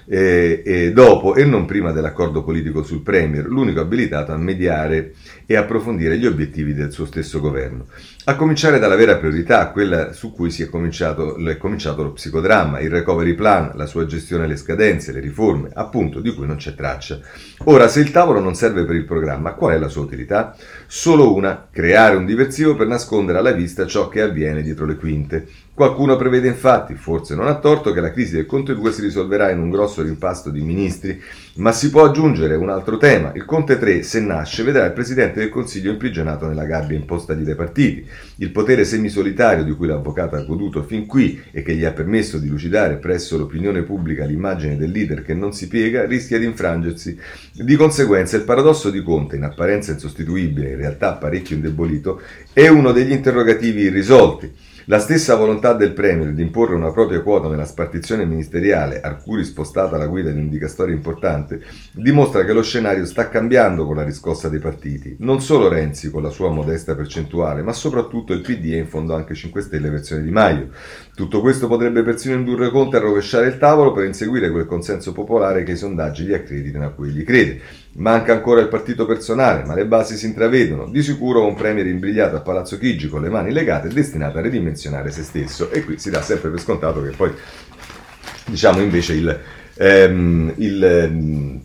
Speaker 1: E, e dopo e non prima dell'accordo politico sul Premier, l'unico abilitato a mediare e approfondire gli obiettivi del suo stesso governo. A cominciare dalla vera priorità, quella su cui si è cominciato, è cominciato lo psicodramma, il recovery plan, la sua gestione alle scadenze, le riforme, appunto, di cui non c'è traccia. Ora, se il tavolo non serve per il programma, qual è la sua utilità? Solo una, creare un diversivo per nascondere alla vista ciò che avviene dietro le quinte. Qualcuno prevede infatti, forse non a torto, che la crisi del Conte due si risolverà in un grosso rimpasto di ministri, ma si può aggiungere un altro tema. Il Conte tre, se nasce, vedrà il Presidente del Consiglio imprigionato nella gabbia impostagli dai partiti. Il potere semisolitario di cui l'avvocato ha goduto fin qui e che gli ha permesso di lucidare presso l'opinione pubblica l'immagine del leader che non si piega, rischia di infrangersi. Di conseguenza il paradosso di Conte, in apparenza insostituibile, in realtà parecchio indebolito, è uno degli interrogativi irrisolti. La stessa volontà del Premier di imporre una propria quota nella spartizione ministeriale, a cui rispostata la guida di un dicastorio importante, dimostra che lo scenario sta cambiando con la riscossa dei partiti. Non solo Renzi con la sua modesta percentuale, ma soprattutto il P D e in fondo anche cinque Stelle versione Di Maio. Tutto questo potrebbe persino indurre Conte a rovesciare il tavolo per inseguire quel consenso popolare che i sondaggi gli accreditano a cui egli crede. Manca ancora il partito personale, ma le basi si intravedono. Di sicuro un Premier imbrigliato a Palazzo Chigi con le mani legate è destinato a ridimensionare se stesso. E qui si dà sempre per scontato che poi, diciamo, invece il, ehm, il, ehm,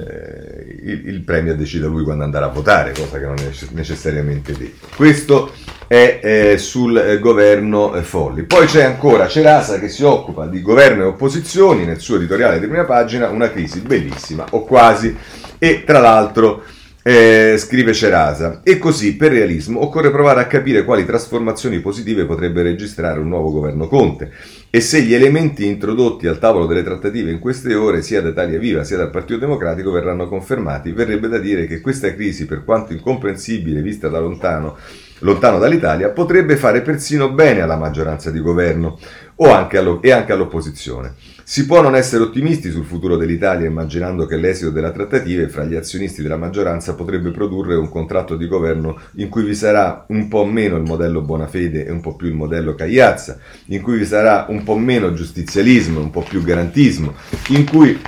Speaker 1: eh, il, il Premier decida lui quando andare a votare, cosa che non è necessariamente detto. Questo è eh, sul eh, governo eh, Folli. Poi c'è ancora Cerasa che si occupa di governo e opposizioni, nel suo editoriale di prima pagina, una crisi bellissima, o quasi. E tra l'altro eh, scrive Cerasa, e così per realismo occorre provare a capire quali trasformazioni positive potrebbe registrare un nuovo governo Conte e se gli elementi introdotti al tavolo delle trattative in queste ore sia da Italia Viva sia dal Partito Democratico verranno confermati. Verrebbe da dire che questa crisi, per quanto incomprensibile vista da lontano, lontano dall'Italia, potrebbe fare persino bene alla maggioranza di governo o anche allo- e anche all'opposizione. Si può non essere ottimisti sul futuro dell'Italia immaginando che l'esito della trattativa fra gli azionisti della maggioranza potrebbe produrre un contratto di governo in cui vi sarà un po' meno il modello Bonafede e un po' più il modello Cagliazza, in cui vi sarà un po' meno giustizialismo, un po' più garantismo, in cui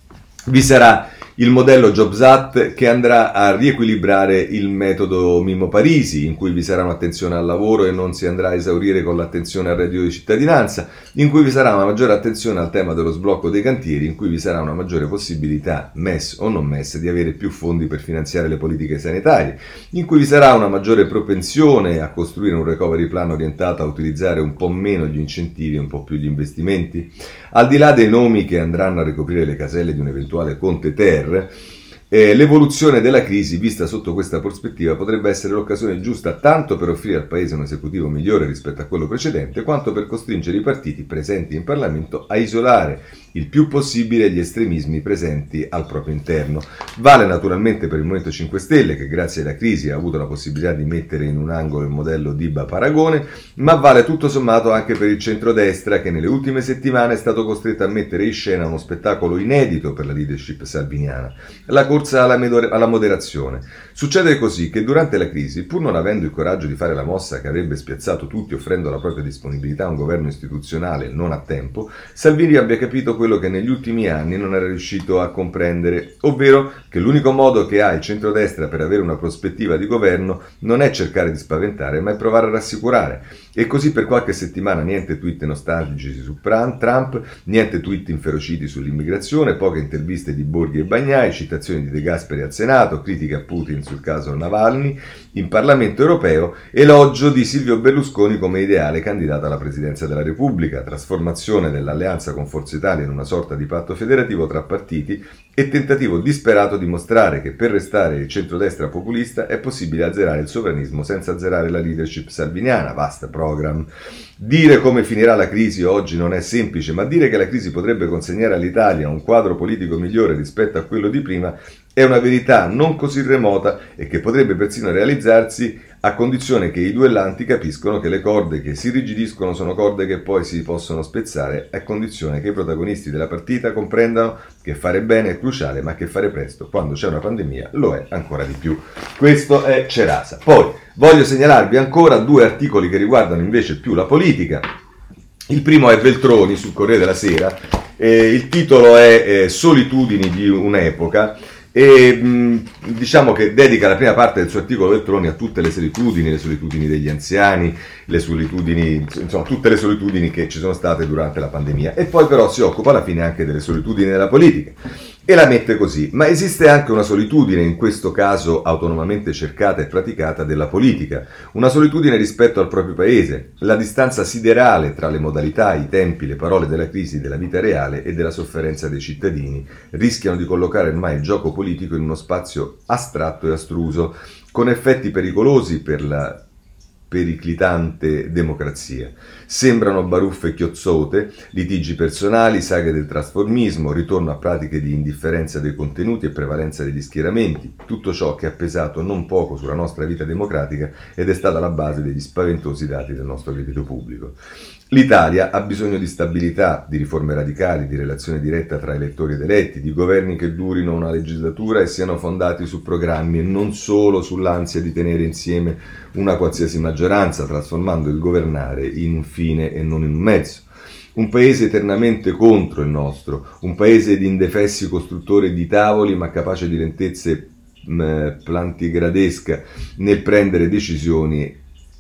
Speaker 1: vi sarà il modello Jobs Act che andrà a riequilibrare il metodo Mimmo Parisi, in cui vi sarà un'attenzione al lavoro e non si andrà a esaurire con l'attenzione al reddito di cittadinanza, in cui vi sarà una maggiore attenzione al tema dello sblocco dei cantieri, in cui vi sarà una maggiore possibilità, M E S o non M E S, di avere più fondi per finanziare le politiche sanitarie, in cui vi sarà una maggiore propensione a costruire un recovery plan orientato a utilizzare un po' meno gli incentivi e un po' più gli investimenti. Al di là dei nomi che andranno a ricoprire le caselle di un eventuale Conte Ter, Eh, l'evoluzione della crisi vista sotto questa prospettiva potrebbe essere l'occasione giusta tanto per offrire al Paese un esecutivo migliore rispetto a quello precedente, quanto per costringere i partiti presenti in Parlamento a isolare il più possibile gli estremismi presenti al proprio interno. Vale naturalmente per il Movimento cinque Stelle, che grazie alla crisi ha avuto la possibilità di mettere in un angolo il modello Diba Paragone, ma vale tutto sommato anche per il centrodestra, che nelle ultime settimane è stato costretto a mettere in scena uno spettacolo inedito per la leadership salviniana, la corsa alla, medore- alla moderazione. Succede così che durante la crisi, pur non avendo il coraggio di fare la mossa che avrebbe spiazzato tutti offrendo la propria disponibilità a un governo istituzionale non a tempo, Salvini abbia capito quello che negli ultimi anni non era riuscito a comprendere, ovvero che l'unico modo che ha il centrodestra per avere una prospettiva di governo non è cercare di spaventare, ma è provare a rassicurare. E così per qualche settimana niente tweet nostalgici su Trump, niente tweet inferociti sull'immigrazione, poche interviste di Borghi e Bagnai, citazioni di De Gasperi al Senato, critiche a Putin sul caso Navalny in Parlamento europeo, elogio di Silvio Berlusconi come ideale candidato alla presidenza della Repubblica, trasformazione dell'alleanza con Forza Italia in una sorta di patto federativo tra partiti e tentativo disperato di mostrare che per restare il centrodestra populista è possibile azzerare il sovranismo senza azzerare la leadership salviniana, vasta program. Dire come finirà la crisi oggi non è semplice, ma dire che la crisi potrebbe consegnare all'Italia un quadro politico migliore rispetto a quello di prima è una verità non così remota e che potrebbe persino realizzarsi a condizione che i duellanti capiscono che le corde che si irrigidiscono sono corde che poi si possono spezzare, a condizione che i protagonisti della partita comprendano che fare bene è cruciale, ma che fare presto, quando c'è una pandemia, lo è ancora di più. Questo è Cerasa. Poi voglio segnalarvi ancora due articoli che riguardano invece più la politica. Il primo è Veltroni sul Corriere della Sera, eh, il titolo è eh, Solitudini di un'epoca. E mh, diciamo che dedica la prima parte del suo articolo Veltroni a tutte le solitudini, le solitudini degli anziani, le solitudini, insomma tutte le solitudini che ci sono state durante la pandemia, e poi però si occupa alla fine anche delle solitudini della politica e la mette così: ma esiste anche una solitudine, in questo caso autonomamente cercata e praticata, della politica, una solitudine rispetto al proprio paese, la distanza siderale tra le modalità, i tempi, le parole della crisi, della vita reale e della sofferenza dei cittadini rischiano di collocare ormai il gioco politico in uno spazio astratto e astruso, con effetti pericolosi per la periclitante democrazia. Sembrano baruffe chiozzote, litigi personali, saghe del trasformismo, ritorno a pratiche di indifferenza dei contenuti e prevalenza degli schieramenti, tutto ciò che ha pesato non poco sulla nostra vita democratica ed è stata la base degli spaventosi dati del nostro debito pubblico. L'Italia ha bisogno di stabilità, di riforme radicali, di relazione diretta tra elettori ed eletti, di governi che durino una legislatura e siano fondati su programmi e non solo sull'ansia di tenere insieme una qualsiasi maggioranza, trasformando il governare in un fine e non in un mezzo. Un paese eternamente contro il nostro, un paese di indefessi costruttori di tavoli ma capace di lentezze mh, plantigradesca nel prendere decisioni,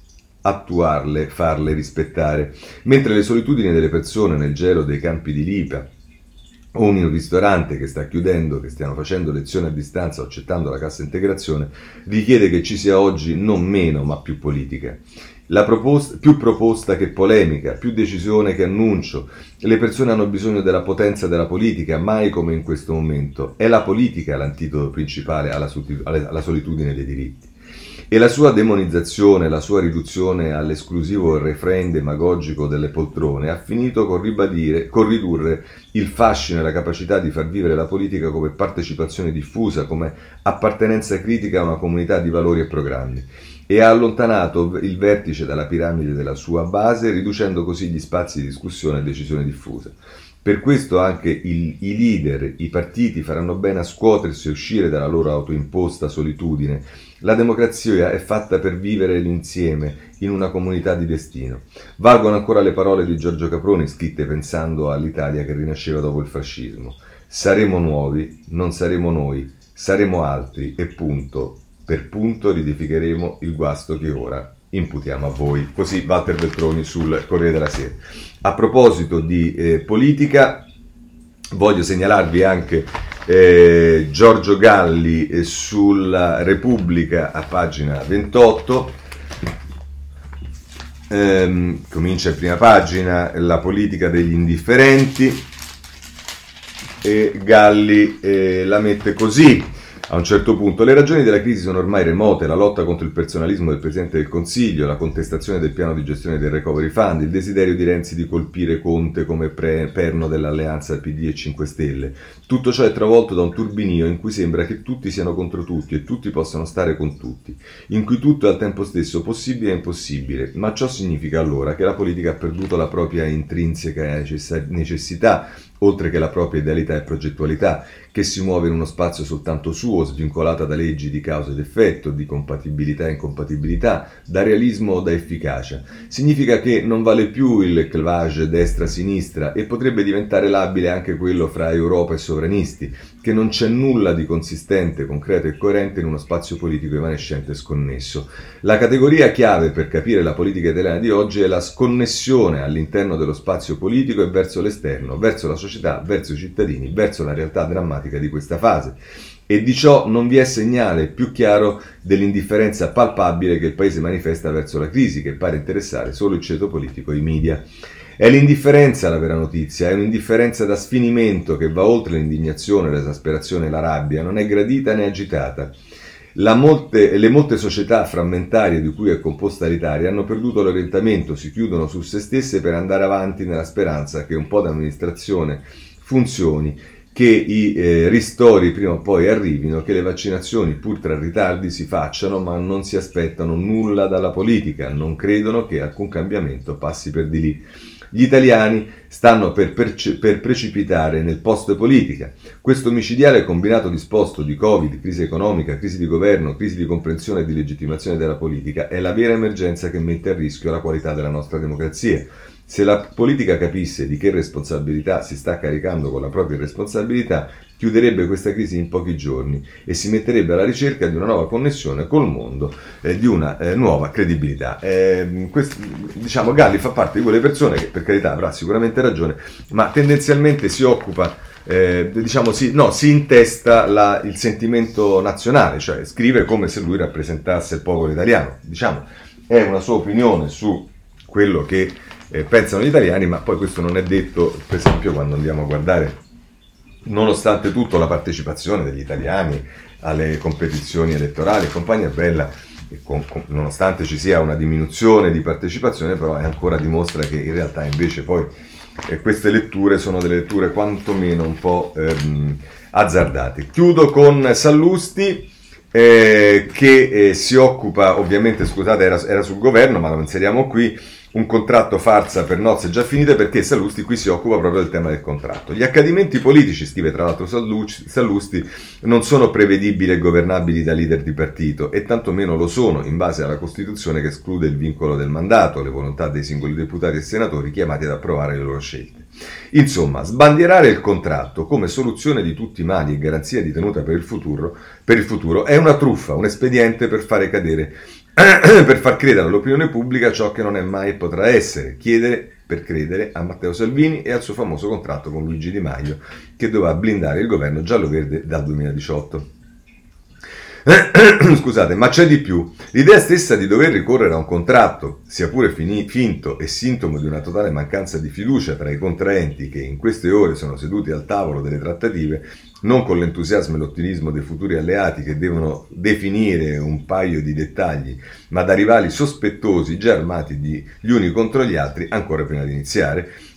Speaker 1: attuarle, farle rispettare, mentre le solitudini delle persone nel gelo dei campi di Lipa o in un ristorante che sta chiudendo, che stiano facendo lezioni a distanza o accettando la cassa integrazione, richiede che ci sia oggi non meno ma più politica. La proposta, più proposta che polemica, più decisione che annuncio. Le persone hanno bisogno della potenza della politica, mai come in questo momento. È la politica l'antidoto principale alla, alla solitudine dei diritti. E la sua demonizzazione, la sua riduzione all'esclusivo refrain demagogico delle poltrone ha finito con ribadire, con ridurre il fascino e la capacità di far vivere la politica come partecipazione diffusa, come appartenenza critica a una comunità di valori e programmi. e ha allontanato il vertice dalla piramide della sua base, riducendo così gli spazi di discussione e decisione diffusa. Per questo anche il, i leader, i partiti faranno bene a scuotersi e uscire dalla loro autoimposta solitudine. La democrazia è fatta per vivere l'insieme in una comunità di destino. Valgono ancora le parole di Giorgio Caproni scritte pensando all'Italia che rinasceva dopo il fascismo. Saremo nuovi, non saremo noi, saremo altri e punto per punto ridificheremo il guasto che ora imputiamo a voi. Così Walter Veltroni sul Corriere della Sera. A proposito di eh, politica, voglio segnalarvi anche eh, Giorgio Galli eh, sulla Repubblica a pagina ventotto. Ehm, comincia in prima pagina la politica degli indifferenti e Galli eh, la mette così. A un certo punto le ragioni della crisi sono ormai remote: la lotta contro il personalismo del Presidente del Consiglio, la contestazione del piano di gestione del Recovery Fund, il desiderio di Renzi di colpire Conte come pre- perno dell'alleanza P D e cinque Stelle. Tutto ciò è travolto da un turbinio in cui sembra che tutti siano contro tutti e tutti possano stare con tutti, in cui tutto è al tempo stesso possibile e impossibile. Ma ciò significa allora che la politica ha perduto la propria intrinseca necessità, oltre che la propria idealità e progettualità, che si muove in uno spazio soltanto suo, svincolata da leggi di causa ed effetto, di compatibilità e incompatibilità, da realismo o da efficacia. Significa che non vale più il clivage destra-sinistra e potrebbe diventare labile anche quello fra Europa e sovranisti, che non c'è nulla di consistente, concreto e coerente in uno spazio politico evanescente e sconnesso. La categoria chiave per capire la politica italiana di oggi è la sconnessione all'interno dello spazio politico e verso l'esterno, verso la società, verso i cittadini, verso la realtà drammatica di questa fase. E di ciò non vi è segnale più chiaro dell'indifferenza palpabile che il Paese manifesta verso la crisi, che pare interessare solo il ceto politico e i media. È l'indifferenza la vera notizia, è un'indifferenza da sfinimento che va oltre l'indignazione, l'esasperazione e la rabbia, non è gradita né agitata. La molte, le molte società frammentarie di cui è composta l'Italia hanno perduto l'orientamento, si chiudono su se stesse per andare avanti nella speranza che un po' d'amministrazione funzioni, che i eh, ristori prima o poi arrivino, che le vaccinazioni pur tra ritardi si facciano, ma non si aspettano nulla dalla politica, non credono che alcun cambiamento passi per di lì. Gli italiani stanno per, perce- per precipitare nel post politica. Questo micidiale combinato disposto di Covid, crisi economica, crisi di governo, crisi di comprensione e di legittimazione della politica è la vera emergenza che mette a rischio la qualità della nostra democrazia. Se la politica capisse di che responsabilità si sta caricando con la propria responsabilità, chiuderebbe questa crisi in pochi giorni e si metterebbe alla ricerca di una nuova connessione col mondo, eh, di una eh, nuova credibilità. Eh, quest, diciamo, Galli fa parte di quelle persone che, per carità, avrà sicuramente ragione, ma tendenzialmente si occupa, eh, diciamo, si, no, si intesta la, il sentimento nazionale, cioè scrive come se lui rappresentasse il popolo italiano. Diciamo, è una sua opinione su quello che Eh, pensano gli italiani, ma poi questo non è detto, per esempio, quando andiamo a guardare, nonostante tutto, la partecipazione degli italiani alle competizioni elettorali, compagnia bella, e con, con, nonostante ci sia una diminuzione di partecipazione, però è ancora dimostra che in realtà invece poi eh, queste letture sono delle letture quantomeno un po' ehm, azzardate. Chiudo con Sallusti, eh, che eh, si occupa, ovviamente, scusate, era, era sul governo, ma lo inseriamo qui. Un contratto farsa per nozze già finite, perché Sallusti qui si occupa proprio del tema del contratto. Gli accadimenti politici, scrive tra l'altro Sallusti, non sono prevedibili e governabili da leader di partito, e tantomeno lo sono in base alla Costituzione, che esclude il vincolo del mandato, le volontà dei singoli deputati e senatori chiamati ad approvare le loro scelte. Insomma, sbandierare il contratto come soluzione di tutti i mali e garanzia di tenuta per il futuro, per il futuro è una truffa, un espediente per fare cadere per far credere all'opinione pubblica ciò che non è mai e potrà essere, chiedere per credere a Matteo Salvini e al suo famoso contratto con Luigi Di Maio, che doveva blindare il governo giallo-verde dal duemiladiciotto. Scusate, ma c'è di più. L'idea stessa di dover ricorrere a un contratto, sia pure fini, finto e sintomo di una totale mancanza di fiducia tra i contraenti che in queste ore sono seduti al tavolo delle trattative, non con l'entusiasmo e l'ottimismo dei futuri alleati che devono definire un paio di dettagli, ma da rivali sospettosi già armati di gli uni contro gli altri ancora prima di iniziare,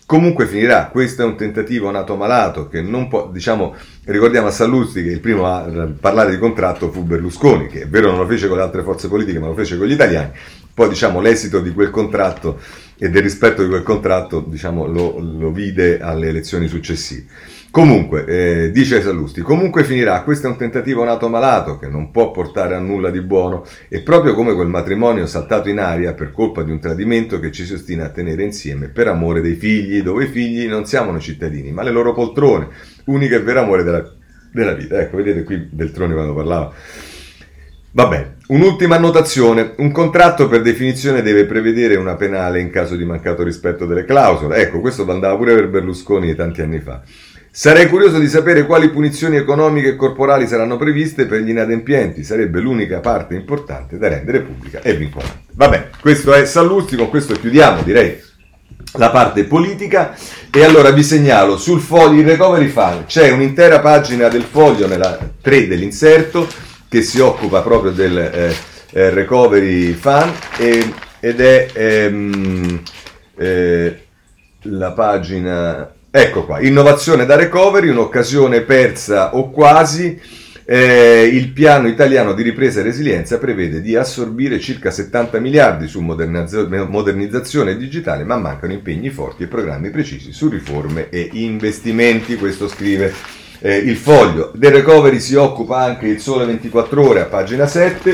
Speaker 1: comunque finirà. Questo è un tentativo nato malato che non può, diciamo, ricordiamo a Sallusti che il primo a parlare di contratto fu Berlusconi, che è vero non lo fece con le altre forze politiche ma lo fece con gli italiani. Poi, diciamo, l'esito di quel contratto e del rispetto di quel contratto, diciamo, lo, lo vide alle elezioni successive. Comunque, eh, dice Sallusti, comunque finirà. Questo è un tentativo nato malato che non può portare a nulla di buono, e proprio come quel matrimonio saltato in aria per colpa di un tradimento che ci si ostina a tenere insieme per amore dei figli, dove i figli non siamo noi cittadini ma le loro poltrone, unico e vero amore della, della vita. Ecco, vedete qui Veltroni quando parlava. Vabbè, un'ultima annotazione. Un contratto per definizione deve prevedere una penale in caso di mancato rispetto delle clausole. Ecco, questo andava pure per Berlusconi tanti anni fa. Sarei curioso di sapere quali punizioni economiche e corporali saranno previste per gli inadempienti. Sarebbe l'unica parte importante da rendere pubblica e vincolante. Vabbè, questo è Sallusti, con questo chiudiamo, direi, la parte politica. E allora vi segnalo sul Foglio, il Recovery Fund, c'è un'intera pagina del Foglio, nella tre dell'inserto, che si occupa proprio del eh, eh, Recovery Fund, e, ed è ehm, eh, la pagina, ecco qua, innovazione da recovery, un'occasione persa o quasi. Eh, il piano italiano di ripresa e resilienza prevede di assorbire circa settanta miliardi su modernizza- modernizzazione digitale, ma mancano impegni forti e programmi precisi su riforme e investimenti. Questo scrive Eh, il Foglio. Del recovery si occupa anche il Sole ventiquattro Ore a pagina sette,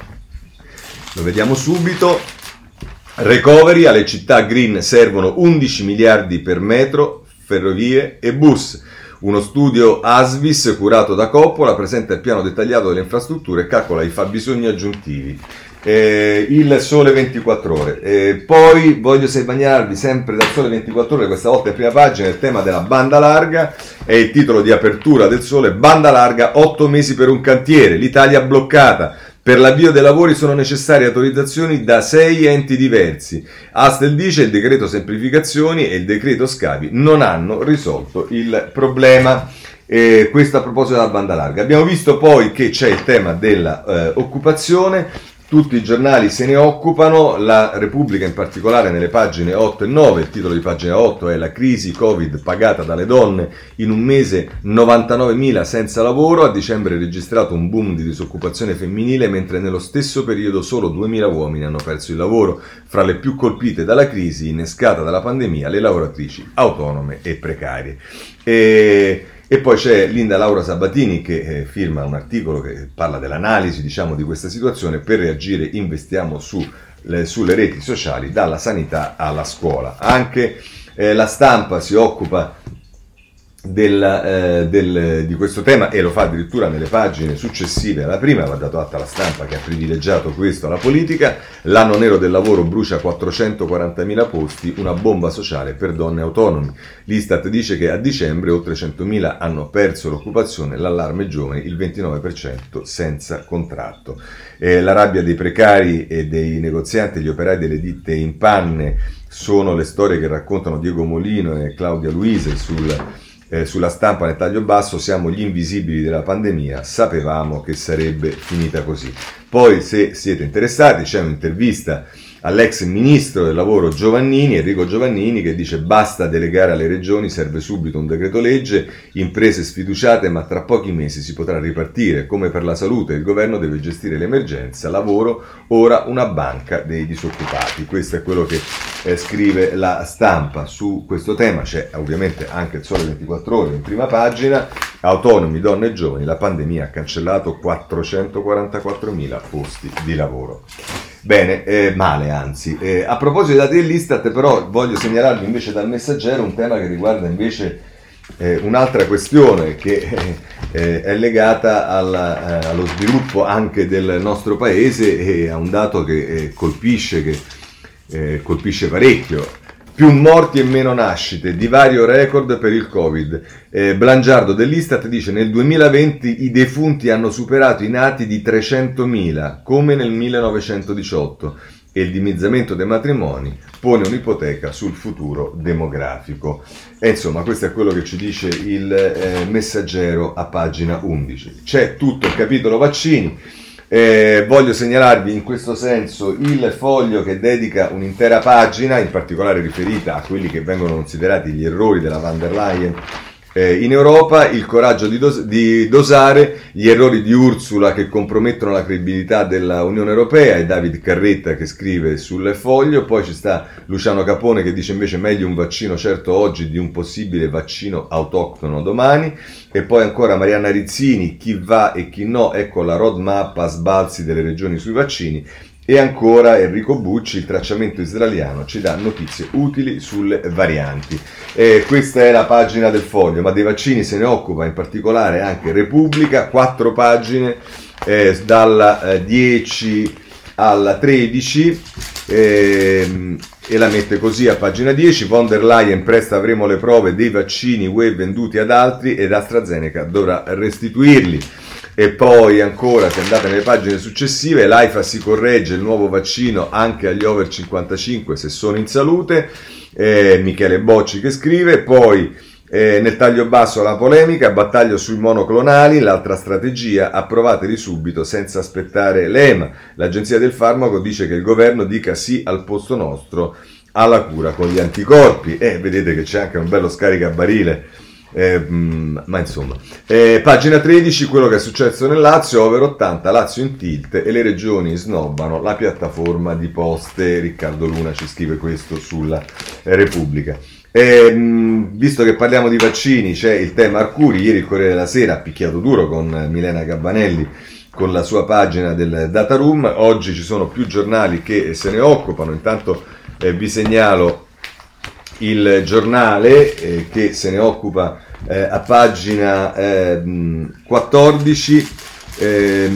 Speaker 1: lo vediamo subito. Recovery, alle città green servono undici miliardi per metro, ferrovie e bus. Uno studio Asvis curato da Coppola presenta il piano dettagliato delle infrastrutture e calcola i fabbisogni aggiuntivi. Eh, il Sole ventiquattro Ore. Eh, poi voglio segnarvi sempre dal Sole ventiquattro Ore, questa volta in prima pagina, il tema della banda larga. È il titolo di apertura del Sole: banda larga, otto mesi per un cantiere, l'Italia bloccata. Per l'avvio dei lavori sono necessarie autorizzazioni da sei enti diversi. Astel dice il decreto semplificazioni e il decreto scavi non hanno risolto il problema. Eh, questo a proposito della banda larga. Abbiamo visto poi che c'è il tema dell'occupazione. Tutti i giornali se ne occupano, la Repubblica in particolare nelle pagine otto e nove, il titolo di pagina otto è: la crisi Covid pagata dalle donne, in un mese novantanovemila senza lavoro, a dicembre è registrato un boom di disoccupazione femminile, mentre nello stesso periodo solo duemila uomini hanno perso il lavoro. Fra le più colpite dalla crisi innescata dalla pandemia, le lavoratrici autonome e precarie. E... E poi c'è Linda Laura Sabatini che eh, firma un articolo che parla dell'analisi, diciamo, di questa situazione. Per reagire investiamo su, le, sulle reti sociali, dalla sanità alla scuola. Anche eh, la Stampa si occupa del, eh, del, di questo tema e lo fa addirittura nelle pagine successive alla prima. Va dato atto alla Stampa che ha privilegiato questo alla politica. L'anno nero del lavoro brucia quattrocentoquarantamila posti, una bomba sociale per donne autonomi. L'Istat dice che a dicembre oltre centomila hanno perso l'occupazione, l'allarme giovani, il ventinove per cento senza contratto. Eh, la rabbia dei precari e dei negozianti, gli operai delle ditte in panne, sono le storie che raccontano Diego Molino e Claudia Luise sul Eh, sulla Stampa nel taglio basso. Siamo gli invisibili della pandemia, sapevamo che sarebbe finita così. Poi, se siete interessati, c'è un'intervista all'ex ministro del lavoro Giovannini, Enrico Giovannini, che dice: basta delegare alle regioni, serve subito un decreto legge, imprese sfiduciate, ma tra pochi mesi si potrà ripartire. Come per la salute, il governo deve gestire l'emergenza, lavoro, ora una banca dei disoccupati. Questo è quello che eh, scrive la Stampa su questo tema. C'è ovviamente anche il Sole ventiquattro Ore in prima pagina: autonomi, donne e giovani, la pandemia ha cancellato quattrocentoquarantaquattromila posti di lavoro. Bene, eh, male anzi. Eh, a proposito dei dati dell'Istat, però, voglio segnalarvi invece dal Messaggero un tema che riguarda invece eh, un'altra questione che eh, è legata alla, eh, allo sviluppo anche del nostro paese, e a un dato che eh, colpisce, che eh, colpisce parecchio. Più morti e meno nascite, divario record per il Covid. Eh, Blangiardo dell'Istat dice: nel duemilaventi i defunti hanno superato i nati di trecentomila, come nel millenovecentodiciotto, e il dimezzamento dei matrimoni pone un'ipoteca sul futuro demografico. E insomma, questo è quello che ci dice il eh, Messaggero a pagina undici. C'è tutto il capitolo vaccini. Eh, voglio segnalarvi in questo senso il foglio che dedica un'intera pagina, in particolare riferita a quelli che vengono considerati gli errori della van der Leyen eh, in Europa, il coraggio di, dos- di dosare, gli errori di Ursula che compromettono la credibilità dell'Unione Europea, e David Carretta che scrive sul foglio. Poi ci sta Luciano Capone che dice invece meglio un vaccino certo oggi di un possibile vaccino autoctono domani. E poi ancora Marianna Rizzini, chi va e chi no, ecco la roadmap a sbalzi delle regioni sui vaccini. E ancora Enrico Bucci, il tracciamento israeliano ci dà notizie utili sulle varianti. E questa è la pagina del foglio, ma dei vaccini se ne occupa in particolare anche Repubblica, quattro pagine eh, dalla eh, dieci alla tredici, eh, e la mette così a pagina dieci: von der Leyen, presto avremo le prove dei vaccini U E venduti ad altri ed AstraZeneca dovrà restituirli. E poi ancora, se andate nelle pagine successive, l'AIFA si corregge il nuovo vaccino anche agli over cinquantacinque se sono in salute, eh, Michele Bocci che scrive. Poi eh, nel taglio basso la polemica, battaglia sui monoclonali, l'altra strategia, approvateli subito senza aspettare l'E M A. L'agenzia del farmaco dice che il governo dica sì al posto nostro alla cura con gli anticorpi, e eh, vedete che c'è anche un bello scaricabarile. Eh, ma insomma, eh, pagina tredici, quello che è successo nel Lazio, over ottanta, Lazio in tilt e le regioni snobbano la piattaforma di poste. Riccardo Luna ci scrive questo sulla eh, Repubblica. Eh, visto che parliamo di vaccini, c'è il tema Arcuri. Ieri il Corriere della Sera ha picchiato duro con Milena Gabbanelli con la sua pagina del data room. Oggi ci sono più giornali che se ne occupano. Intanto eh, vi segnalo il Giornale eh, che se ne occupa eh, a pagina eh, quattordici. eh,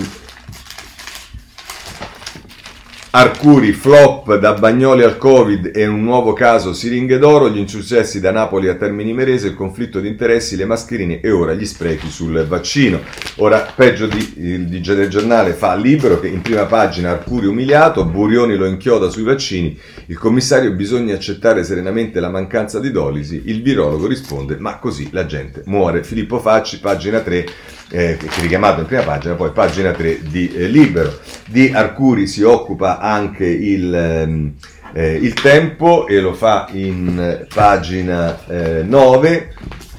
Speaker 1: Arcuri, flop da Bagnoli al Covid e un nuovo caso siringhe d'oro, gli insuccessi da Napoli a Termini Imerese, il conflitto di interessi, le mascherine e ora gli sprechi sul vaccino. Ora, peggio di, di, del Giornale fa Libero che in prima pagina Arcuri umiliato, Burioni lo inchioda sui vaccini, il commissario bisogna accettare serenamente la mancanza di dolisi, il virologo risponde ma così la gente muore. Filippo Facci, pagina tre, eh, che è richiamato in prima pagina, poi pagina tre di eh, Libero. Di Arcuri si occupa anche il, ehm, eh, il Tempo e lo fa in eh, pagina eh, nove.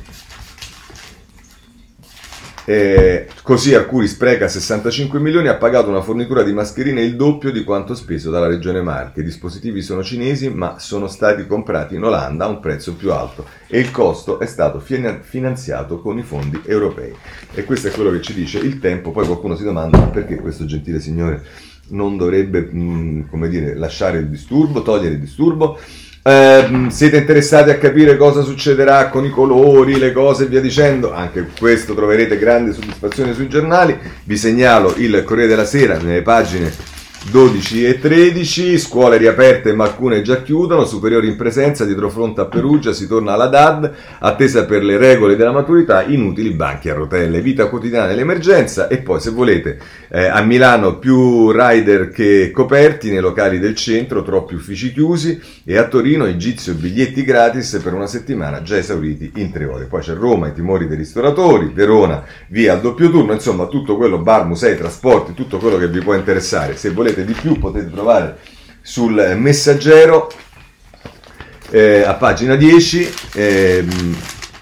Speaker 1: Eh, così Arcuri spreca sessantacinque milioni, ha pagato una fornitura di mascherine il doppio di quanto speso dalla regione Marche. I dispositivi sono cinesi ma sono stati comprati in Olanda a un prezzo più alto e il costo è stato finanziato con i fondi europei. E questo è quello che ci dice il Tempo. Poi qualcuno si domanda perché questo gentile signore non dovrebbe mh, come dire, lasciare il disturbo, togliere il disturbo. Eh, siete interessati a capire cosa succederà con i colori, le cose e via dicendo? Anche questo troverete grande soddisfazione sui giornali. Vi segnalo il Corriere della Sera nelle pagine dodici e tredici, scuole riaperte ma alcune già chiudono, superiori in presenza, dietro fronte a Perugia si torna alla D A D, attesa per le regole della maturità, inutili banchi a rotelle, vita quotidiana nell'emergenza. E poi se volete eh, a Milano più rider che coperti nei locali del centro, troppi uffici chiusi, e a Torino Egizio biglietti gratis per una settimana già esauriti in tre ore. Poi c'è Roma, i timori dei ristoratori, Verona via al doppio turno, insomma tutto quello, bar, musei, trasporti, tutto quello che vi può interessare. Se volete di più potete trovare sul Messaggero eh, a pagina dieci. ehm,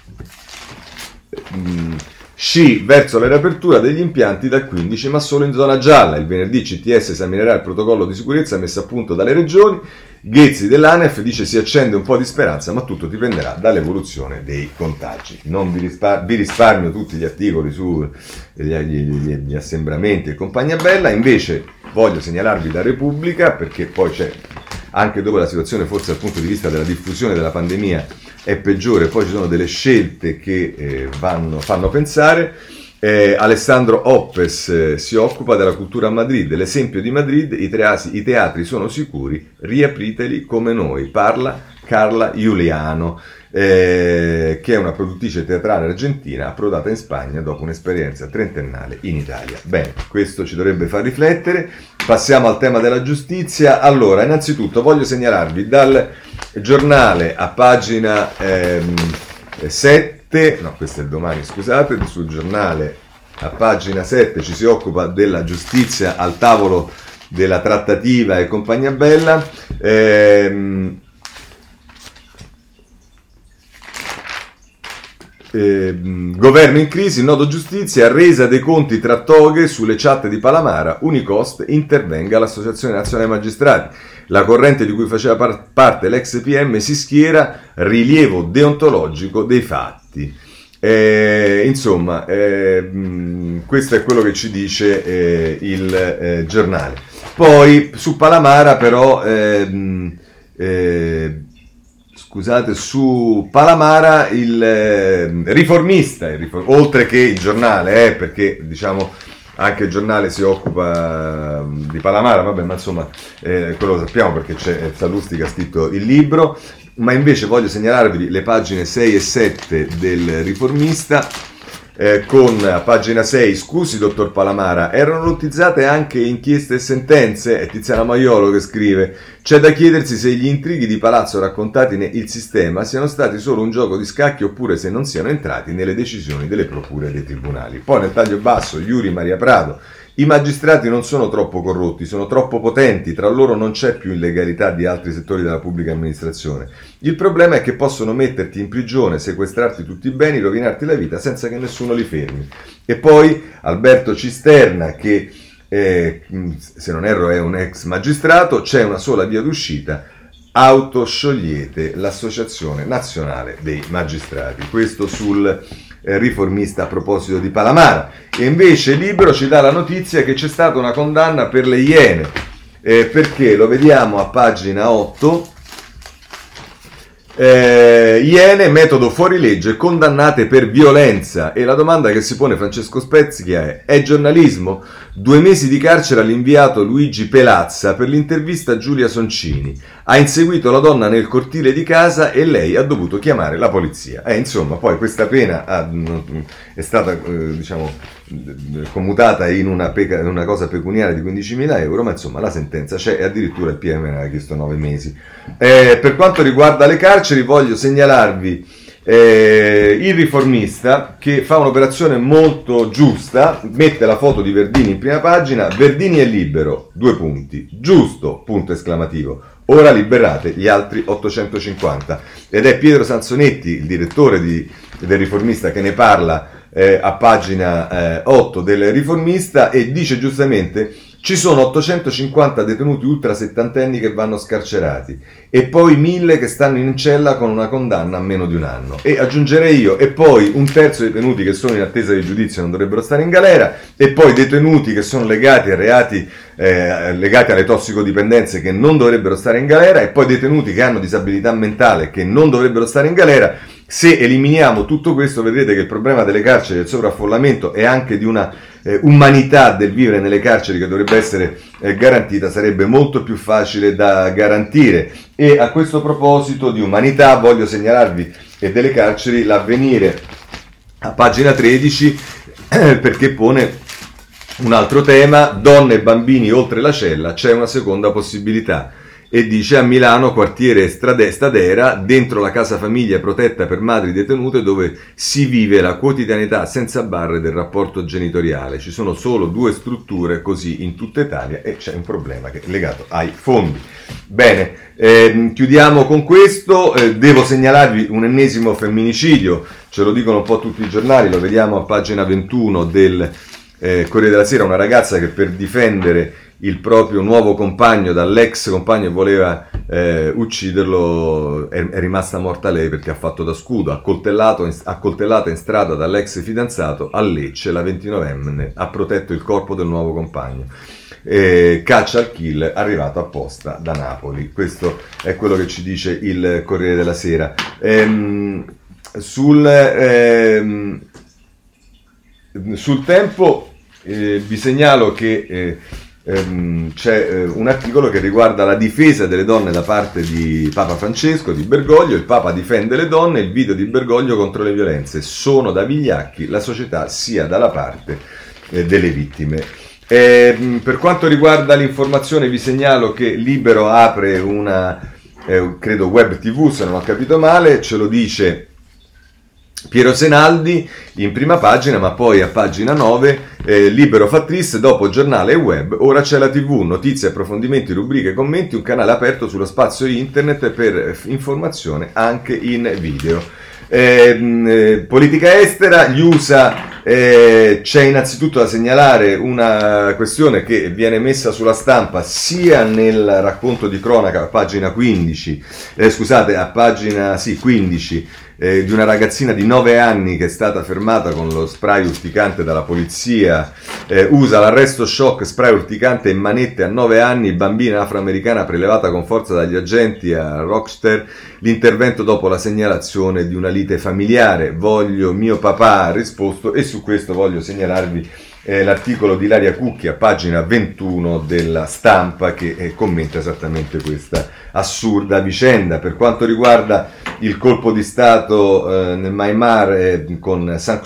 Speaker 1: mh, Sci verso la riapertura degli impianti dal quindici ma solo in zona gialla. Il venerdì C T S esaminerà il protocollo di sicurezza messo a punto dalle regioni. Ghezzi dell'Anef dice si accende un po' di speranza ma tutto dipenderà dall'evoluzione dei contagi. Non vi, rispar- vi risparmio tutti gli articoli sugli gli, gli, gli assembramenti e compagnia bella, invece voglio segnalarvi da Repubblica perché poi c'è anche dopo la situazione forse dal punto di vista della diffusione della pandemia è peggiore, poi ci sono delle scelte che eh, vanno, fanno pensare. Eh, Alessandro Oppes eh, si occupa della cultura a Madrid, l'esempio di Madrid, i, teasi, i teatri sono sicuri, riapriteli come noi, parla Carla Giuliano, eh, che è una produttrice teatrale argentina approdata in Spagna dopo un'esperienza trentennale in Italia. Bene, questo ci dovrebbe far riflettere. Passiamo al tema della giustizia. Allora, innanzitutto voglio segnalarvi dal Giornale a pagina ehm, sette, no, questo è il Domani, scusate, sul Giornale a pagina sette ci si occupa della giustizia al tavolo della trattativa e compagnia bella. Ehm, Eh, governo in crisi, nodo giustizia, resa dei conti tra toghe sulle chat di Palamara, Unicost intervenga l'Associazione Nazionale Magistrati, la corrente di cui faceva par- parte l'ex P M si schiera, rilievo deontologico dei fatti. Eh, insomma, eh, mh, questo è quello che ci dice eh, il eh, giornale. Poi su Palamara però eh, mh, eh, Scusate, su Palamara il eh, riformista, il riform- oltre che il giornale, eh, perché diciamo anche il giornale si occupa eh, di Palamara, vabbè, ma insomma eh, quello lo sappiamo perché c'è Sallusti che ha scritto il libro, ma invece voglio segnalarvi le pagine sei e sette del riformista. Eh, con a pagina sei, scusi dottor Palamara, erano notiziate anche inchieste e sentenze? È Tiziana Maiolo che scrive, c'è da chiedersi se gli intrighi di palazzo raccontati nel sistema siano stati solo un gioco di scacchi oppure se non siano entrati nelle decisioni delle procure e dei tribunali. Poi nel taglio basso, Iuri Maria Prado, i magistrati non sono troppo corrotti, sono troppo potenti, tra loro non c'è più illegalità di altri settori della pubblica amministrazione. Il problema è che possono metterti in prigione, sequestrarti tutti i beni, rovinarti la vita senza che nessuno li fermi. E poi Alberto Cisterna che, eh, se non erro è un ex magistrato, c'è una sola via d'uscita, autosciogliete l'Associazione Nazionale dei Magistrati. Questo sul riformista a proposito di Palamara. E invece Libero ci dà la notizia che c'è stata una condanna per le Iene, eh, perché lo vediamo a pagina otto. Eh, Iene, metodo fuorilegge, condannate per violenza. E la domanda che si pone Francesco Spezia è: è giornalismo? Due mesi di carcere all'inviato Luigi Pelazza per l'intervista a Giulia Soncini. Ha inseguito la donna nel cortile di casa e lei ha dovuto chiamare la polizia. Eh, insomma, poi questa pena ha, è stata eh, diciamo commutata in una, peca, una cosa pecuniaria di quindicimila euro, ma insomma la sentenza c'è e addirittura il P M ne aveva chiesto nove mesi. Eh, per quanto riguarda le carceri voglio segnalarvi Eh, il riformista che fa un'operazione molto giusta, mette la foto di Verdini in prima pagina, Verdini è libero, due punti, giusto, punto esclamativo, ora liberate gli altri ottocentocinquanta, ed è Pietro Sansonetti, il direttore di, del riformista, che ne parla eh, a pagina eh, otto del riformista e dice giustamente: ci sono ottocentocinquanta detenuti ultra settantenni che vanno scarcerati e poi mille che stanno in cella con una condanna a meno di un anno. E aggiungerei io, e poi un terzo dei detenuti che sono in attesa di giudizio non dovrebbero stare in galera, e poi detenuti che sono legati a reati eh, legati alle tossicodipendenze che non dovrebbero stare in galera, e poi detenuti che hanno disabilità mentale che non dovrebbero stare in galera. Se eliminiamo tutto questo vedrete che il problema delle carceri, del sovraffollamento e anche di una Eh, umanità del vivere nelle carceri che dovrebbe essere eh, garantita sarebbe molto più facile da garantire. E a questo proposito di umanità voglio segnalarvi e delle carceri l'Avvenire a pagina tredici eh, perché pone un altro tema: donne e bambini oltre la cella, c'è una seconda possibilità. E dice: a Milano, quartiere Strade, Stadera, dentro la casa famiglia protetta per madri detenute, dove si vive la quotidianità senza barre del rapporto genitoriale. Ci sono solo due strutture così in tutta Italia e c'è un problema che è legato ai fondi. Bene, eh, chiudiamo con questo. Eh, devo segnalarvi un ennesimo femminicidio, ce lo dicono un po' tutti i giornali, lo vediamo a pagina ventuno del eh, Corriere della Sera. Una ragazza che per difendere il proprio nuovo compagno dall'ex compagno che voleva eh, ucciderlo è, è rimasta morta lei perché ha fatto da scudo, accoltellato in, accoltellata in strada dall'ex fidanzato a Lecce. La ventinovenne ha protetto il corpo del nuovo compagno. Eh, caccia al kill arrivato apposta da Napoli. Questo è quello che ci dice il Corriere della Sera. Ehm, sul, ehm, sul Tempo eh, vi segnalo che eh, c'è un articolo che riguarda la difesa delle donne da parte di Papa Francesco, di Bergoglio. Il Papa difende le donne, il video di Bergoglio contro le violenze. Sono da vigliacchi, la società sia dalla parte eh, delle vittime. E, per quanto riguarda l'informazione vi segnalo che Libero apre una, eh, credo web tv se non ho capito male, ce lo dice Piero Senaldi in prima pagina, ma poi a pagina nove, eh, Libero fa triste, dopo giornale e web, ora c'è la tivù, notizie, approfondimenti, rubriche, commenti, un canale aperto sullo spazio internet per informazione anche in video. Eh, politica estera, gli U S A, eh, c'è innanzitutto da segnalare una questione che viene messa sulla stampa sia nel racconto di cronaca a pagina quindici, eh, scusate, a pagina sì, quindici, eh, di una ragazzina di nove anni che è stata fermata con lo spray urticante dalla polizia, eh, U S A, l'arresto shock, spray urticante e manette a nove anni, bambina afroamericana prelevata con forza dagli agenti a Rochester, l'intervento dopo la segnalazione di una lite familiare, voglio mio papà, ha risposto, e su questo voglio segnalarvi eh, l'articolo di Ilaria Cucchi a pagina ventuno della Stampa che eh, commenta esattamente questa assurda vicenda. Per quanto riguarda il colpo di Stato eh, nel Myanmar eh, con San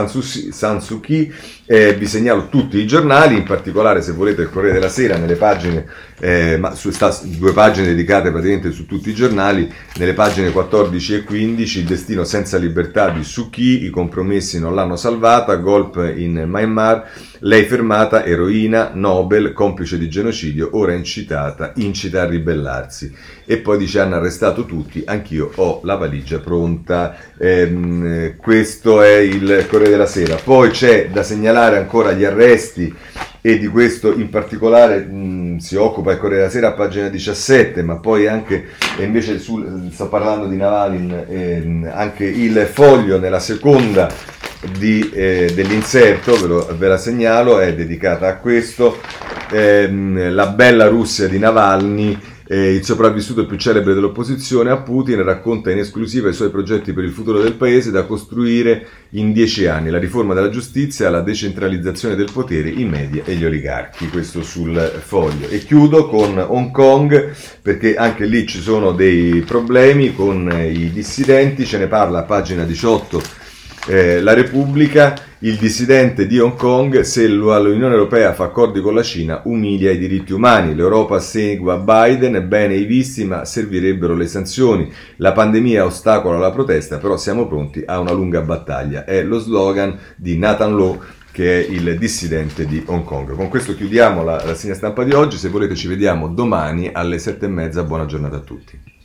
Speaker 1: Suu Kyi, eh, vi segnalo tutti i giornali, in particolare se volete il Corriere della Sera, nelle pagine, eh, ma su, sta, due pagine dedicate praticamente su tutti i giornali, nelle pagine quattordici e quindici, il destino senza libertà di Suu Kyi, i compromessi non l'hanno salvata, golpe in Myanmar, lei fermata, eroina, Nobel, complice di genocidio, ora incitata, incita a ribellarsi. E poi dice hanno arrestato tutti, anch'io ho la valigia pronta. Ehm, questo è il Corriere della Sera. Poi c'è da segnalare ancora gli arresti, e di questo in particolare mh, si occupa il Corriere della Sera a pagina diciassette, ma poi anche, e invece sul, sto parlando di Navalny, ehm, anche il Foglio nella seconda di, eh, dell'inserto, ve, lo, ve la segnalo, è dedicata a questo, ehm, la bella Russia di Navalny. Eh, il sopravvissuto più celebre dell'opposizione a Putin racconta in esclusiva i suoi progetti per il futuro del paese da costruire in dieci anni, la riforma della giustizia, la decentralizzazione del potere, i media e gli oligarchi. Questo sul Foglio. E chiudo con Hong Kong, perché anche lì ci sono dei problemi con i dissidenti, ce ne parla a pagina diciotto eh, La Repubblica. Il dissidente di Hong Kong, se l'Unione Europea fa accordi con la Cina, umilia i diritti umani. L'Europa segua Biden, bene i visti, ma servirebbero le sanzioni. La pandemia ostacola la protesta, però siamo pronti a una lunga battaglia. È lo slogan di Nathan Law, che è il dissidente di Hong Kong. Con questo chiudiamo la rassegna stampa di oggi. Se volete ci vediamo domani alle sette e mezza. Buona giornata a tutti.